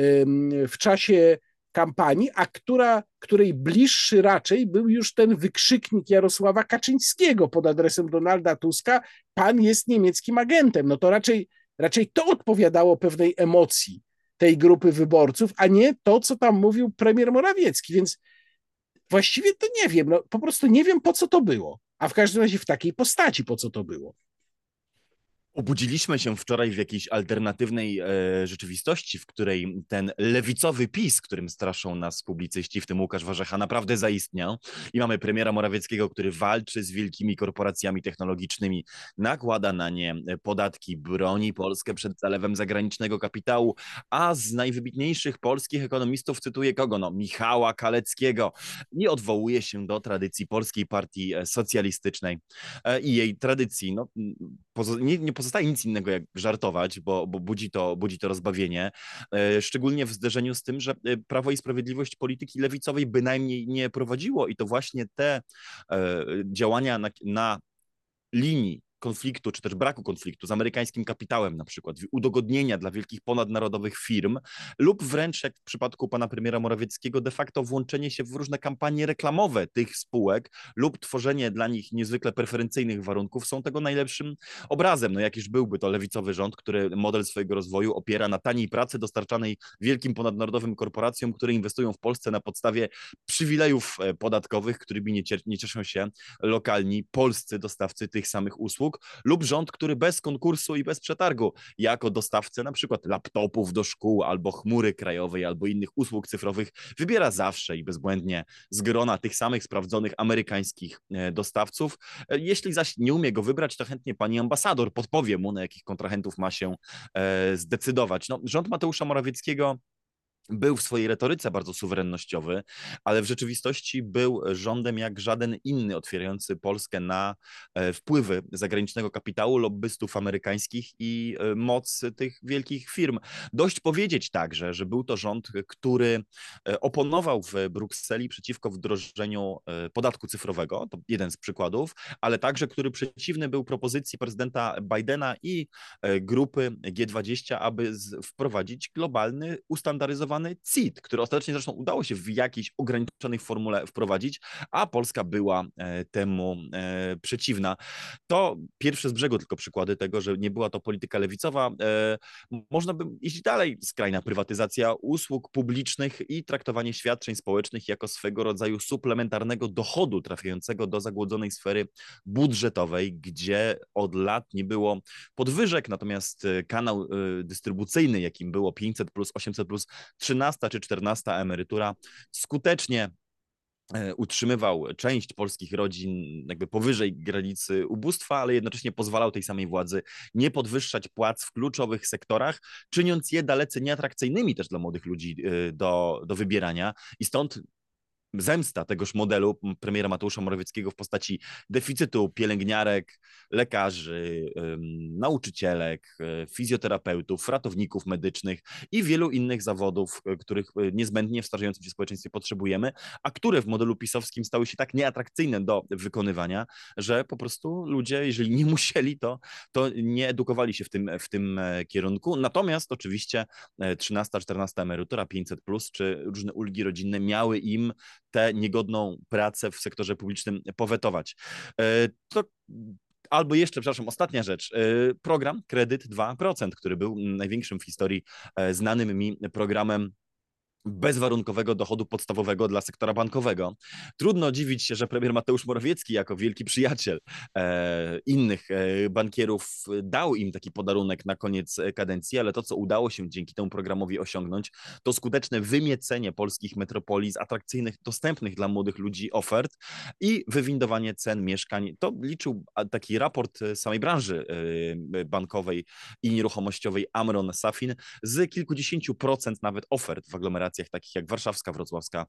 w czasie kampanii, a która, której bliższy raczej był już ten wykrzyknik Jarosława Kaczyńskiego pod adresem Donalda Tuska: pan jest niemieckim agentem. No to raczej, raczej to odpowiadało pewnej emocji tej grupy wyborców, a nie to, co tam mówił premier Morawiecki. Więc właściwie to nie wiem, no po prostu nie wiem, po co to było, a w każdym razie w takiej postaci, po co to było. Obudziliśmy się wczoraj w jakiejś alternatywnej e, rzeczywistości, w której ten lewicowy PiS, którym straszą nas publicyści, w tym Łukasz Warzecha, naprawdę zaistniał. I mamy premiera Morawieckiego, który walczy z wielkimi korporacjami technologicznymi, nakłada na nie podatki, broni Polskę przed zalewem zagranicznego kapitału, a z najwybitniejszych polskich ekonomistów cytuję kogo? No, Michała Kaleckiego. I odwołuje się do tradycji Polskiej Partii Socjalistycznej e, i jej tradycji. No, pozo- nie, nie pozostaje nic innego jak żartować, bo, bo budzi to, budzi to rozbawienie, e, szczególnie w zderzeniu z tym, że e, Prawo i Sprawiedliwość polityki lewicowej bynajmniej nie prowadziło i to właśnie te e, działania na, na linii konfliktu, czy też braku konfliktu z amerykańskim kapitałem na przykład, udogodnienia dla wielkich ponadnarodowych firm lub wręcz jak w przypadku pana premiera Morawieckiego de facto włączenie się w różne kampanie reklamowe tych spółek lub tworzenie dla nich niezwykle preferencyjnych warunków są tego najlepszym obrazem. No jakiż byłby to lewicowy rząd, który model swojego rozwoju opiera na taniej pracy dostarczanej wielkim ponadnarodowym korporacjom, które inwestują w Polsce na podstawie przywilejów podatkowych, którymi nie, nie cieszą się lokalni polscy dostawcy tych samych usług, lub rząd, który bez konkursu i bez przetargu jako dostawcę na przykład laptopów do szkół albo chmury krajowej albo innych usług cyfrowych wybiera zawsze i bezbłędnie z grona tych samych sprawdzonych amerykańskich dostawców. Jeśli zaś nie umie go wybrać, to chętnie pani ambasador podpowie mu, na jakich kontrahentów ma się zdecydować. No, rząd Mateusza Morawieckiego był w swojej retoryce bardzo suwerennościowy, ale w rzeczywistości był rządem jak żaden inny, otwierający Polskę na wpływy zagranicznego kapitału, lobbystów amerykańskich i moc tych wielkich firm. Dość powiedzieć także, że był to rząd, który oponował w Brukseli przeciwko wdrożeniu podatku cyfrowego, to jeden z przykładów, ale także, który przeciwny był propozycji prezydenta Bidena i grupy G dwadzieścia, aby wprowadzić globalny, ustandaryzowany C I T, który ostatecznie zresztą udało się w jakiejś ograniczonej formule wprowadzić, a Polska była temu przeciwna. To pierwsze z brzegu tylko przykłady tego, że nie była to polityka lewicowa. Można by iść dalej. Skrajna prywatyzacja usług publicznych i traktowanie świadczeń społecznych jako swego rodzaju suplementarnego dochodu trafiającego do zagłodzonej sfery budżetowej, gdzie od lat nie było podwyżek, natomiast kanał dystrybucyjny, jakim było pięćset plus, osiemset plus, trzynasta czy czternasta emerytura skutecznie utrzymywał część polskich rodzin jakby powyżej granicy ubóstwa, ale jednocześnie pozwalał tej samej władzy nie podwyższać płac w kluczowych sektorach, czyniąc je dalece nieatrakcyjnymi też dla młodych ludzi do, do wybierania i stąd zemsta tegoż modelu premiera Mateusza Morawieckiego w postaci deficytu pielęgniarek, lekarzy, nauczycielek, fizjoterapeutów, ratowników medycznych i wielu innych zawodów, których niezbędnie w starzejącym się społeczeństwie potrzebujemy, a które w modelu pisowskim stały się tak nieatrakcyjne do wykonywania, że po prostu ludzie, jeżeli nie musieli, to, to nie edukowali się w tym, w tym kierunku. Natomiast oczywiście trzynasta, czternasta emerytura, pięćset plus, czy różne ulgi rodzinne miały im tę niegodną pracę w sektorze publicznym powetować. To albo jeszcze, przepraszam, ostatnia rzecz, program Kredyt dwa procent, który był największym w historii znanym mi programem bezwarunkowego dochodu podstawowego dla sektora bankowego. Trudno dziwić się, że premier Mateusz Morawiecki jako wielki przyjaciel e, innych e, bankierów dał im taki podarunek na koniec kadencji, ale to, co udało się dzięki temu programowi osiągnąć, to skuteczne wymiecenie polskich metropolii z atrakcyjnych, dostępnych dla młodych ludzi ofert i wywindowanie cen mieszkań. To liczył taki raport samej branży e, bankowej i nieruchomościowej Amron Safin z kilkudziesięciu procent nawet ofert w aglomeracjach takich jak warszawska, wrocławska,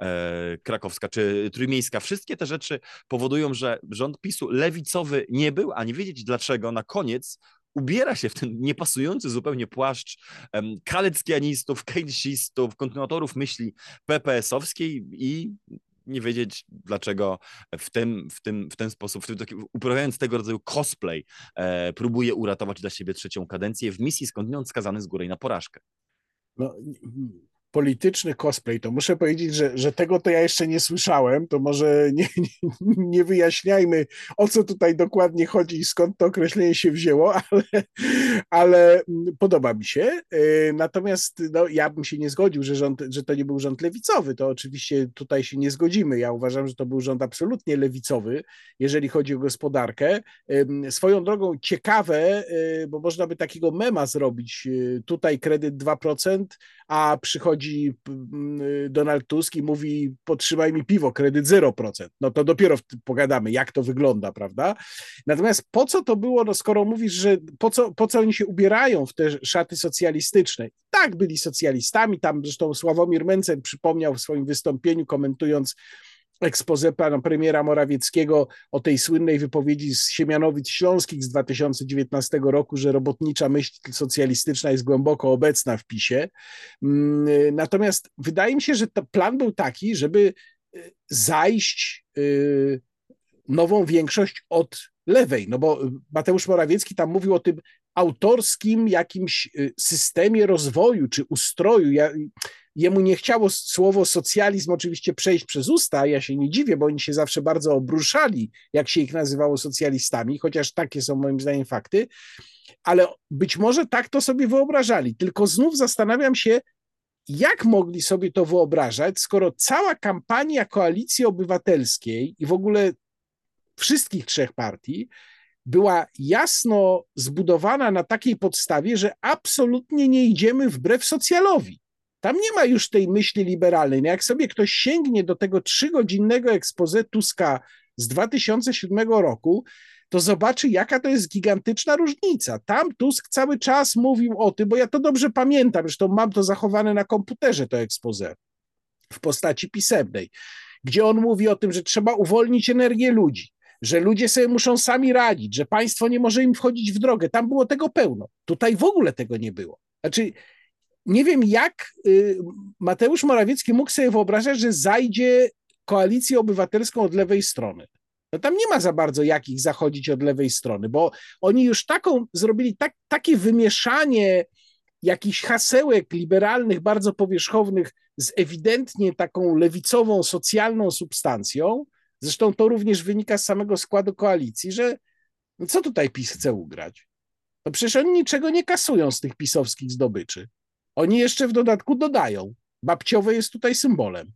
e, krakowska czy trójmiejska. Wszystkie te rzeczy powodują, że rząd PiSu lewicowy nie był, a nie wiedzieć dlaczego na koniec ubiera się w ten niepasujący zupełnie płaszcz um, kaleckianistów, keynesistów, kontynuatorów myśli P P S-owskiej i nie wiedzieć, dlaczego w, tym, w, tym, w ten sposób, w tym, uprawiając tego rodzaju cosplay, e, próbuje uratować dla siebie trzecią kadencję w misji skądinąd skazany z góry na porażkę. No, polityczny cosplay, to muszę powiedzieć, że, że tego to ja jeszcze nie słyszałem, to może nie, nie, nie wyjaśniajmy, o co tutaj dokładnie chodzi i skąd to określenie się wzięło, ale, ale podoba mi się. Natomiast no, ja bym się nie zgodził, że, rząd, że to nie był rząd lewicowy, to oczywiście tutaj się nie zgodzimy. Ja uważam, że to był rząd absolutnie lewicowy, jeżeli chodzi o gospodarkę. Swoją drogą ciekawe, bo można by takiego mema zrobić, tutaj kredyt dwa procent, a przychodzi Donald Tusk i mówi: podtrzymaj mi piwo, kredyt zero procent. No to dopiero pogadamy, jak to wygląda, prawda? Natomiast po co to było, no skoro mówisz, że po co, po co oni się ubierają w te szaty socjalistyczne? Tak, byli socjalistami, tam zresztą Sławomir Mencen przypomniał w swoim wystąpieniu, komentując expose pana premiera Morawieckiego o tej słynnej wypowiedzi z Siemianowic Śląskich z dwa tysiące dziewiętnastego roku, że robotnicza myśl socjalistyczna jest głęboko obecna w PiSie. Natomiast wydaje mi się, że to plan był taki, żeby zajść nową większość od lewej, no bo Mateusz Morawiecki tam mówił o tym autorskim jakimś systemie rozwoju czy ustroju. Ja, jemu nie chciało słowo socjalizm oczywiście przejść przez usta, ja się nie dziwię, bo oni się zawsze bardzo obruszali, jak się ich nazywało socjalistami, chociaż takie są moim zdaniem fakty, ale być może tak to sobie wyobrażali, tylko znów zastanawiam się, jak mogli sobie to wyobrażać, skoro cała kampania Koalicji Obywatelskiej i w ogóle wszystkich trzech partii była jasno zbudowana na takiej podstawie, że absolutnie nie idziemy wbrew socjalowi. Tam nie ma już tej myśli liberalnej. No jak sobie ktoś sięgnie do tego trzygodzinnego expose Tuska z dwa tysiące siódmego roku, to zobaczy, jaka to jest gigantyczna różnica. Tam Tusk cały czas mówił o tym, bo ja to dobrze pamiętam, zresztą mam to zachowane na komputerze, to expose w postaci pisemnej, gdzie on mówi o tym, że trzeba uwolnić energię ludzi, że ludzie sobie muszą sami radzić, że państwo nie może im wchodzić w drogę. Tam było tego pełno. Tutaj w ogóle tego nie było. Znaczy, nie wiem, jak Mateusz Morawiecki mógł sobie wyobrażać, że zajdzie Koalicję Obywatelską od lewej strony. No tam nie ma za bardzo jak ich zachodzić od lewej strony, bo oni już taką zrobili tak, takie wymieszanie jakichś hasełek liberalnych, bardzo powierzchownych z ewidentnie taką lewicową, socjalną substancją. Zresztą to również wynika z samego składu koalicji, że no co tutaj PiS chce ugrać? No przecież oni niczego nie kasują z tych pisowskich zdobyczy. Oni jeszcze w dodatku dodają. Babciowe jest tutaj symbolem.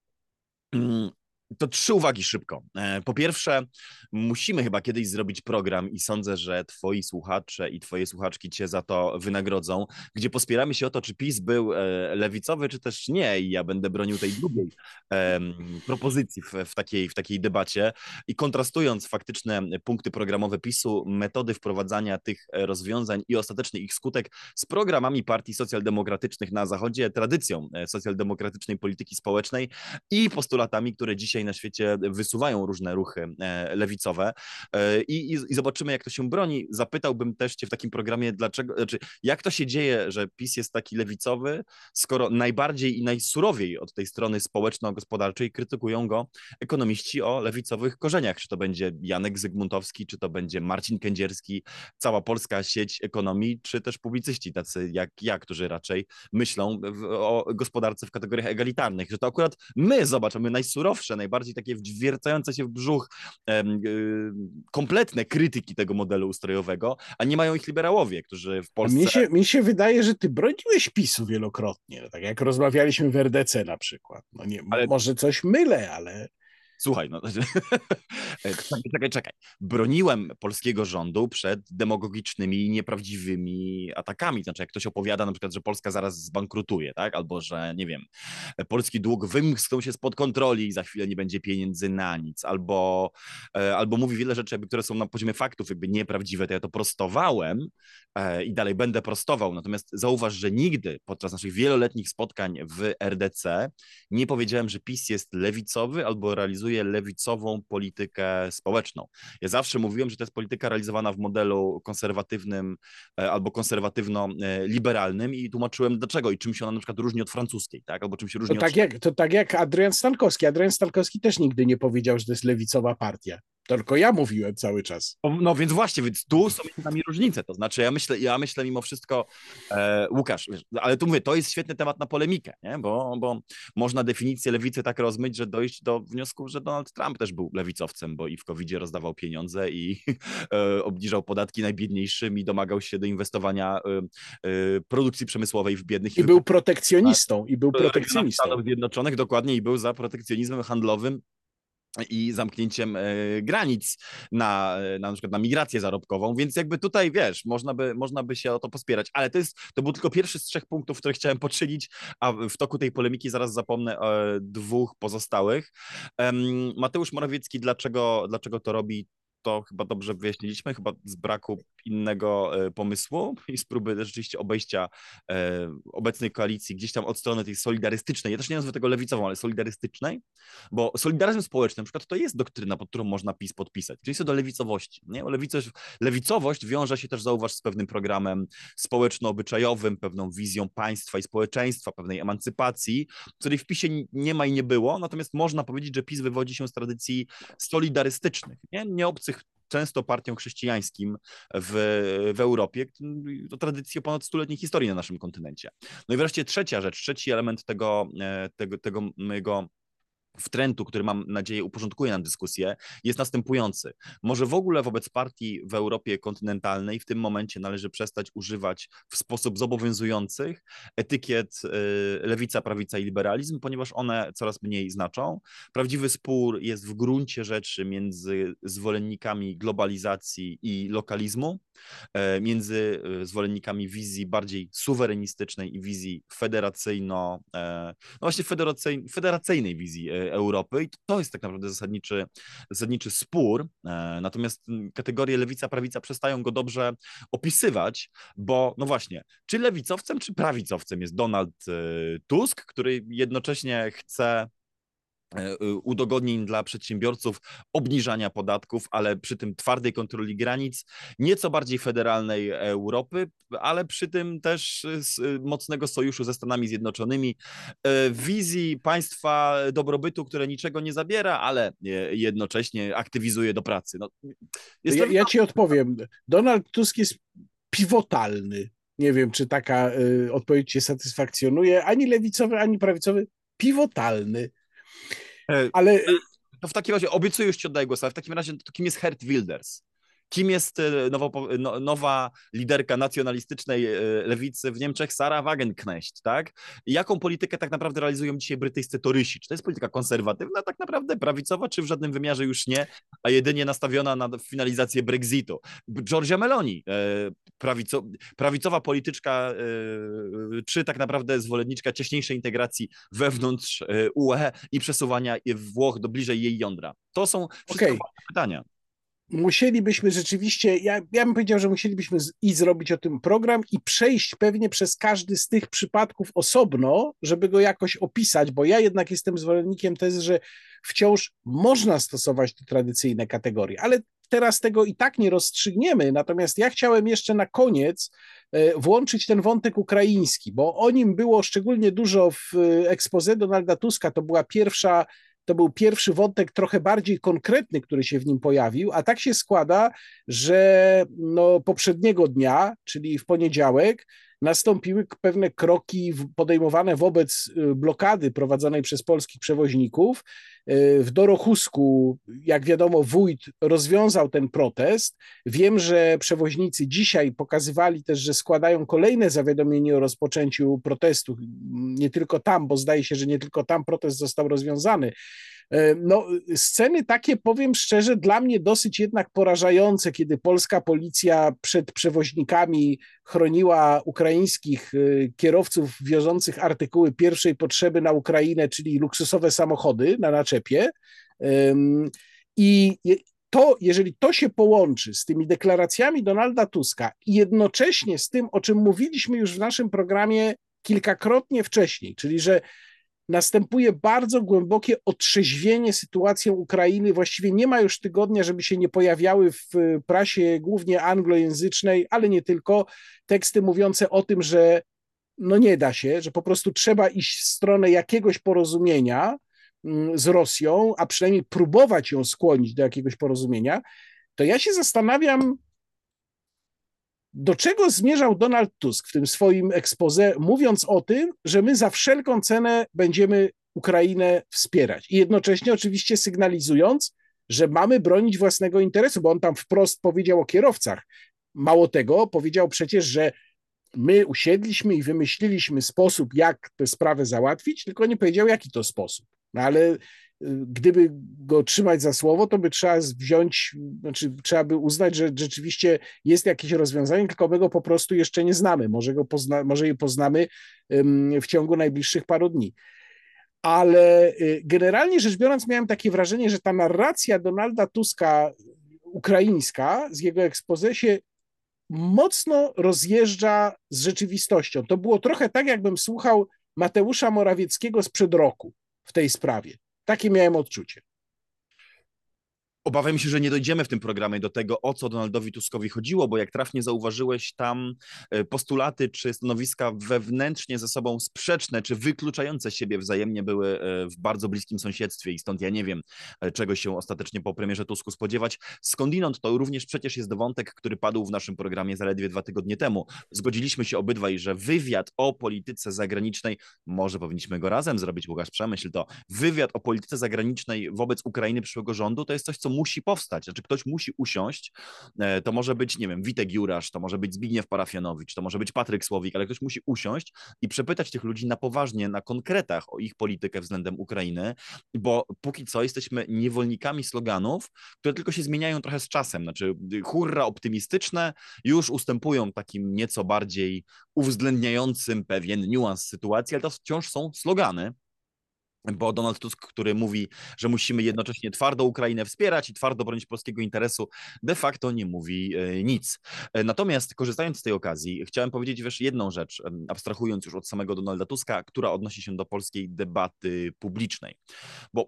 Mm. To trzy uwagi szybko. Po pierwsze, musimy chyba kiedyś zrobić program i sądzę, że twoi słuchacze i twoje słuchaczki cię za to wynagrodzą, gdzie pospieramy się o to, czy PiS był lewicowy, czy też nie. I ja będę bronił tej drugiej um, propozycji w, w, takiej, w takiej debacie i kontrastując faktyczne punkty programowe PiSu, metody wprowadzania tych rozwiązań i ostateczny ich skutek z programami partii socjaldemokratycznych na Zachodzie, tradycją socjaldemokratycznej polityki społecznej i postulatami, które dzisiaj na świecie wysuwają różne ruchy lewicowe i, i, i zobaczymy, jak to się broni. Zapytałbym też cię w takim programie, dlaczego, znaczy, jak to się dzieje, że PiS jest taki lewicowy, skoro najbardziej i najsurowiej od tej strony społeczno-gospodarczej krytykują go ekonomiści o lewicowych korzeniach. Czy to będzie Janek Zygmuntowski, czy to będzie Marcin Kędzierski, cała polska sieć ekonomii, czy też publicyści tacy jak ja, którzy raczej myślą w, o gospodarce w kategoriach egalitarnych, że to akurat my zobaczymy najsurowsze, najbardziej takie wwiercające się w brzuch em, y, kompletne krytyki tego modelu ustrojowego, a nie mają ich liberałowie, którzy w Polsce... Mi się, mi się wydaje, że ty broniłeś PiSu wielokrotnie, tak jak rozmawialiśmy w R D C na przykład. No nie, ale... Może coś mylę, ale... Słuchaj, no czekaj, czekaj. Broniłem polskiego rządu przed demagogicznymi, nieprawdziwymi atakami. Znaczy, jak ktoś opowiada na przykład, że Polska zaraz zbankrutuje, tak? Albo, że nie wiem, polski dług wymknął się spod kontroli i za chwilę nie będzie pieniędzy na nic. Albo, albo mówi wiele rzeczy, jakby, które są na poziomie faktów jakby nieprawdziwe, to ja to prostowałem i dalej będę prostował. Natomiast zauważ, że nigdy podczas naszych wieloletnich spotkań w R D C nie powiedziałem, że PiS jest lewicowy albo realizuje lewicową politykę społeczną. Ja zawsze mówiłem, że to jest polityka realizowana w modelu konserwatywnym albo konserwatywno-liberalnym i tłumaczyłem dlaczego i czym się ona na przykład różni od francuskiej, tak? Albo czym się różni to od... Tak jak, to tak jak Adrian Stankowski. Adrian Stankowski też nigdy nie powiedział, że to jest lewicowa partia. Tylko ja mówiłem cały czas. No więc właśnie, więc tu są między nami różnice. To znaczy, ja myślę, ja myślę mimo wszystko, e, Łukasz, wiesz, ale tu mówię, to jest świetny temat na polemikę, nie? Bo, bo można definicję lewicy tak rozmyć, że dojść do wniosku, że Donald Trump też był lewicowcem, bo i w kowidzie rozdawał pieniądze i e, obniżał podatki najbiedniejszym i domagał się do inwestowania e, e, produkcji przemysłowej w biednych. I był protekcjonistą, i był protekcjonistą. Stanów Zjednoczonych, dokładnie, i był za protekcjonizmem handlowym i zamknięciem e, granic na, na, na przykład na migrację zarobkową, więc jakby tutaj, wiesz, można by, można by się o to pospierać, ale to jest, to był tylko pierwszy z trzech punktów, które chciałem poczynić, a w toku tej polemiki zaraz zapomnę o dwóch pozostałych. Um, Mateusz Morawiecki, dlaczego, dlaczego to robi? To chyba dobrze wyjaśniliśmy, chyba z braku innego e, pomysłu i z próby rzeczywiście obejścia e, obecnej koalicji gdzieś tam od strony tej solidarystycznej, ja też nie nazwę tego lewicową, ale solidarystycznej, bo solidaryzm społeczny na przykład to jest doktryna, pod którą można PiS podpisać, czyli co do lewicowości. Nie? Lewicowość, lewicowość wiąże się też, zauważ, z pewnym programem społeczno-obyczajowym, pewną wizją państwa i społeczeństwa, pewnej emancypacji, której w PiSie nie ma i nie było, natomiast można powiedzieć, że PiS wywodzi się z tradycji solidarystycznych, nie, nie obcych często partiom chrześcijańskim w, w Europie, to tradycji o ponad stuletniej historii na naszym kontynencie. No i wreszcie trzecia rzecz, trzeci element tego, tego, tego mojego wtrętu, który mam nadzieję uporządkuje nam dyskusję, jest następujący. Może w ogóle wobec partii w Europie kontynentalnej w tym momencie należy przestać używać w sposób zobowiązujących etykiet y, lewica, prawica i liberalizm, ponieważ one coraz mniej znaczą. Prawdziwy spór jest w gruncie rzeczy między zwolennikami globalizacji i lokalizmu, y, między zwolennikami wizji bardziej suwerenistycznej i wizji federacyjno, y, no właśnie federacyjnej, federacyjnej wizji Europy i to jest tak naprawdę zasadniczy, zasadniczy spór, natomiast kategorie lewica, prawica przestają go dobrze opisywać, bo no właśnie, czy lewicowcem, czy prawicowcem jest Donald Tusk, który jednocześnie chce udogodnień dla przedsiębiorców, obniżania podatków, ale przy tym twardej kontroli granic, nieco bardziej federalnej Europy, ale przy tym też mocnego sojuszu ze Stanami Zjednoczonymi, wizji państwa dobrobytu, które niczego nie zabiera, ale jednocześnie aktywizuje do pracy. No, jest ja, ja ci odpowiem. Donald Tusk jest pivotalny. Nie wiem, czy taka y, odpowiedź cię satysfakcjonuje. Ani lewicowy, ani prawicowy. Pivotalny. Ale to w takim razie obiecuję, już ci oddaję głos, ale w takim razie to kim jest Geert Wilders? Kim jest nowo, no, nowa liderka nacjonalistycznej lewicy w Niemczech, Sarah Wagenknecht, tak? I jaką politykę tak naprawdę realizują dzisiaj brytyjscy torysi? Czy to jest polityka konserwatywna, tak naprawdę prawicowa, czy w żadnym wymiarze już nie, a jedynie nastawiona na finalizację Brexitu? Giorgia Meloni, prawico, prawicowa polityczka, czy tak naprawdę zwolenniczka cieśniejszej integracji wewnątrz U E i przesuwania Włoch do bliżej jej jądra? To są wszystko okay. pytania. Musielibyśmy rzeczywiście, ja, ja bym powiedział, że musielibyśmy z, i zrobić o tym program i przejść pewnie przez każdy z tych przypadków osobno, żeby go jakoś opisać, bo ja jednak jestem zwolennikiem tezy, że wciąż można stosować te tradycyjne kategorie, ale teraz tego i tak nie rozstrzygniemy, natomiast ja chciałem jeszcze na koniec włączyć ten wątek ukraiński, bo o nim było szczególnie dużo w exposé Donalda Tuska, to była pierwsza To był pierwszy wątek trochę bardziej konkretny, który się w nim pojawił, a tak się składa, że no poprzedniego dnia, czyli w poniedziałek, nastąpiły pewne kroki podejmowane wobec blokady prowadzonej przez polskich przewoźników. W Dorochusku, jak wiadomo, wójt rozwiązał ten protest. Wiem, że przewoźnicy dzisiaj pokazywali też, że składają kolejne zawiadomienie o rozpoczęciu protestu. Nie tylko tam, bo zdaje się, że nie tylko tam protest został rozwiązany. No, sceny takie, powiem szczerze, dla mnie dosyć jednak porażające, kiedy polska policja przed przewoźnikami chroniła ukraińskich kierowców wiozących artykuły pierwszej potrzeby na Ukrainę, czyli luksusowe samochody na naczepie. I to, jeżeli to się połączy z tymi deklaracjami Donalda Tuska i jednocześnie z tym, o czym mówiliśmy już w naszym programie kilkakrotnie wcześniej, czyli że następuje bardzo głębokie otrzeźwienie sytuacją Ukrainy. Właściwie nie ma już tygodnia, żeby się nie pojawiały w prasie głównie anglojęzycznej, ale nie tylko, teksty mówiące o tym, że no nie da się, że po prostu trzeba iść w stronę jakiegoś porozumienia. z Rosją, a przynajmniej próbować ją skłonić do jakiegoś porozumienia, to ja się zastanawiam, do czego zmierzał Donald Tusk w tym swoim expose, mówiąc o tym, że my za wszelką cenę będziemy Ukrainę wspierać i jednocześnie oczywiście sygnalizując, że mamy bronić własnego interesu, bo on tam wprost powiedział o kierowcach. Mało tego, powiedział przecież, że my usiedliśmy i wymyśliliśmy sposób, jak tę sprawę załatwić, tylko nie powiedział, jaki to sposób. No ale gdyby go trzymać za słowo, to by trzeba wziąć, znaczy trzeba by uznać, że rzeczywiście jest jakieś rozwiązanie, tylko my go po prostu jeszcze nie znamy. Może, go pozna, może je poznamy w ciągu najbliższych paru dni. Ale generalnie rzecz biorąc miałem takie wrażenie, że ta narracja Donalda Tuska ukraińska z jego expose się mocno rozjeżdża z rzeczywistością. To było trochę tak, jakbym słuchał Mateusza Morawieckiego sprzed roku w tej sprawie. Takie miałem odczucie. Obawiam się, że nie dojdziemy w tym programie do tego, o co Donaldowi Tuskowi chodziło, bo jak trafnie zauważyłeś, tam postulaty czy stanowiska wewnętrznie ze sobą sprzeczne, czy wykluczające siebie wzajemnie były w bardzo bliskim sąsiedztwie i stąd ja nie wiem, czego się ostatecznie po premierze Tusku spodziewać. Skądinąd to również przecież jest wątek, który padł w naszym programie zaledwie dwa tygodnie temu. Zgodziliśmy się obydwaj, że wywiad o polityce zagranicznej, może powinniśmy go razem zrobić, Łukasz, przemyśl to, wywiad o polityce zagranicznej wobec Ukrainy przyszłego rządu to jest coś, co musi powstać, znaczy ktoś musi usiąść, to może być, nie wiem, Witek Jurasz, to może być Zbigniew Parafianowicz, to może być Patryk Słowik, ale ktoś musi usiąść i przepytać tych ludzi na poważnie, na konkretach o ich politykę względem Ukrainy, bo póki co jesteśmy niewolnikami sloganów, które tylko się zmieniają trochę z czasem, znaczy hurra optymistyczne już ustępują takim nieco bardziej uwzględniającym pewien niuans sytuacji, ale to wciąż są slogany. Bo Donald Tusk, który mówi, że musimy jednocześnie twardo Ukrainę wspierać i twardo bronić polskiego interesu, de facto nie mówi nic. Natomiast korzystając z tej okazji, chciałem powiedzieć wiesz, jedną rzecz, abstrahując już od samego Donalda Tuska, która odnosi się do polskiej debaty publicznej. Bo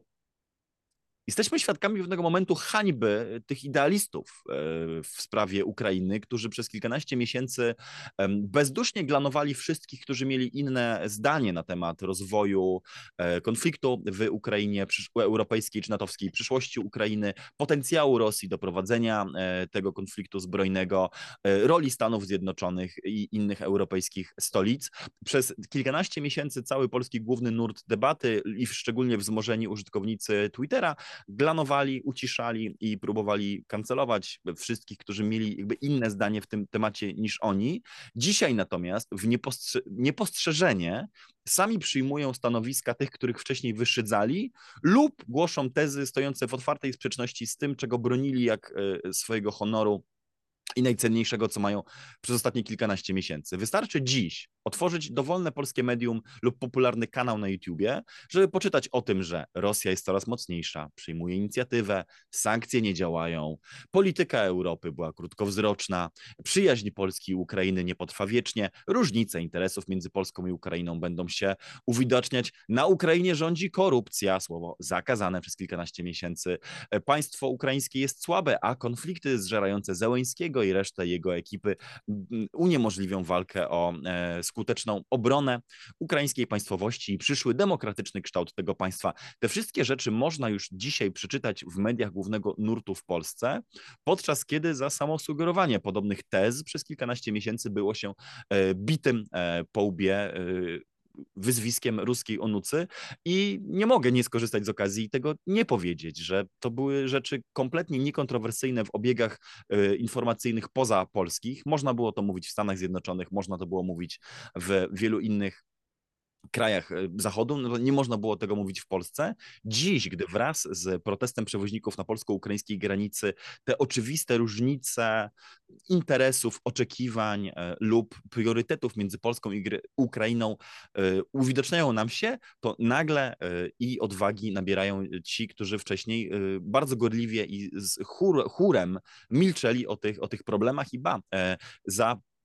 jesteśmy świadkami pewnego momentu hańby tych idealistów w sprawie Ukrainy, którzy przez kilkanaście miesięcy bezdusznie glanowali wszystkich, którzy mieli inne zdanie na temat rozwoju konfliktu w Ukrainie europejskiej czy natowskiej, przyszłości Ukrainy, potencjału Rosji do prowadzenia tego konfliktu zbrojnego, roli Stanów Zjednoczonych i innych europejskich stolic. Przez kilkanaście miesięcy cały polski główny nurt debaty i szczególnie wzmożeni użytkownicy Twittera glanowali, uciszali i próbowali kancelować wszystkich, którzy mieli jakby inne zdanie w tym temacie niż oni. Dzisiaj natomiast w niepostrze- niepostrzeżenie sami przyjmują stanowiska tych, których wcześniej wyszydzali lub głoszą tezy stojące w otwartej sprzeczności z tym, czego bronili jak swojego honoru i najcenniejszego, co mają przez ostatnie kilkanaście miesięcy. Wystarczy dziś otworzyć dowolne polskie medium lub popularny kanał na YouTubie, żeby poczytać o tym, że Rosja jest coraz mocniejsza, przyjmuje inicjatywę, sankcje nie działają, polityka Europy była krótkowzroczna, przyjaźń Polski i Ukrainy nie potrwa wiecznie, różnice interesów między Polską i Ukrainą będą się uwidaczniać. Na Ukrainie rządzi korupcja, słowo zakazane przez kilkanaście miesięcy. Państwo ukraińskie jest słabe, a konflikty zżerające Zełenskiego i resztę jego ekipy uniemożliwią walkę o e, skuteczną obronę ukraińskiej państwowości i przyszły demokratyczny kształt tego państwa. Te wszystkie rzeczy można już dzisiaj przeczytać w mediach głównego nurtu w Polsce, podczas kiedy za samo sugerowanie podobnych tez przez kilkanaście miesięcy było się e, bitym e, po łbie e, wyzwiskiem ruskiej onucy i nie mogę nie skorzystać z okazji i tego nie powiedzieć, że to były rzeczy kompletnie niekontrowersyjne w obiegach y, informacyjnych poza polskich. Można było to mówić w Stanach Zjednoczonych, można to było mówić w wielu innych krajach Zachodu, no nie można było tego mówić w Polsce. Dziś, gdy wraz z protestem przewoźników na polsko-ukraińskiej granicy te oczywiste różnice interesów, oczekiwań lub priorytetów między Polską i Ukrainą uwidaczniają nam się, to nagle i odwagi nabierają ci, którzy wcześniej bardzo gorliwie i z chór, chórem milczeli o tych, o tych problemach i ba, za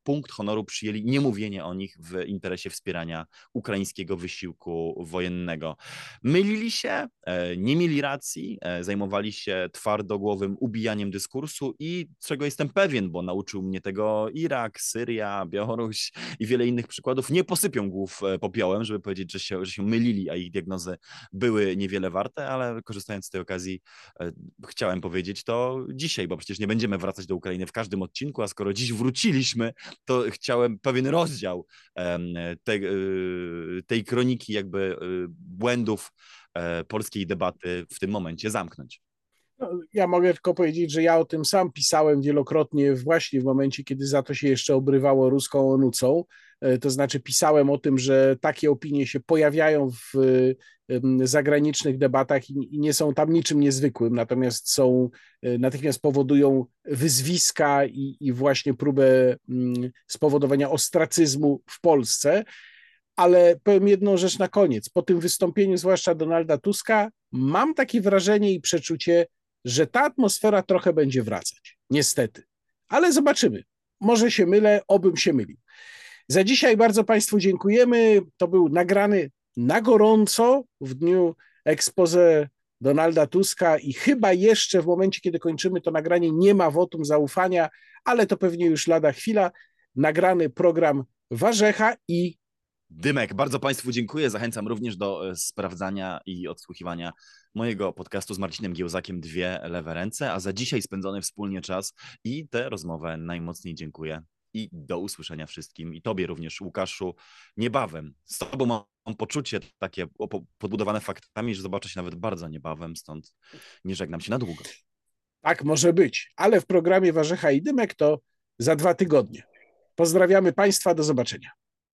punkt honoru przyjęli niemówienie o nich w interesie wspierania ukraińskiego wysiłku wojennego. Mylili się, nie mieli racji, zajmowali się twardogłowym ubijaniem dyskursu i czego jestem pewien, bo nauczył mnie tego Irak, Syria, Białoruś i wiele innych przykładów, nie posypią głów popiołem, żeby powiedzieć, że się, że się mylili, a ich diagnozy były niewiele warte, ale korzystając z tej okazji chciałem powiedzieć to dzisiaj, bo przecież nie będziemy wracać do Ukrainy w każdym odcinku, a skoro dziś wróciliśmy, to chciałem pewien rozdział tej, tej kroniki jakby błędów polskiej debaty w tym momencie zamknąć. No, ja mogę tylko powiedzieć, że ja o tym sam pisałem wielokrotnie właśnie w momencie, kiedy za to się jeszcze obrywało ruską onucą. To znaczy pisałem o tym, że takie opinie się pojawiają w zagranicznych debatach i nie są tam niczym niezwykłym, natomiast są, natychmiast powodują wyzwiska i, i właśnie próbę spowodowania ostracyzmu w Polsce. Ale powiem jedną rzecz na koniec. Po tym wystąpieniu, zwłaszcza Donalda Tuska, mam takie wrażenie i przeczucie, że ta atmosfera trochę będzie wracać. Niestety. Ale zobaczymy. Może się mylę, obym się mylił. Za dzisiaj bardzo Państwu dziękujemy. To był nagrany na gorąco w dniu expose Donalda Tuska i chyba jeszcze w momencie, kiedy kończymy to nagranie, nie ma wotum zaufania, ale to pewnie już lada chwila. Nagrany program Warzecha i Dymek. Bardzo Państwu dziękuję. Zachęcam również do sprawdzania i odsłuchiwania mojego podcastu z Marcinem Giełzakiem Dwie lewe ręce, a za dzisiaj spędzony wspólnie czas i tę rozmowę najmocniej dziękuję. I do usłyszenia wszystkim. I Tobie również, Łukaszu, niebawem. Z Tobą mam poczucie takie podbudowane faktami, że zobaczę się nawet bardzo niebawem, stąd nie żegnam się na długo. Tak może być, ale w programie Warzecha i Dymek to za dwa tygodnie. Pozdrawiamy Państwa, do zobaczenia.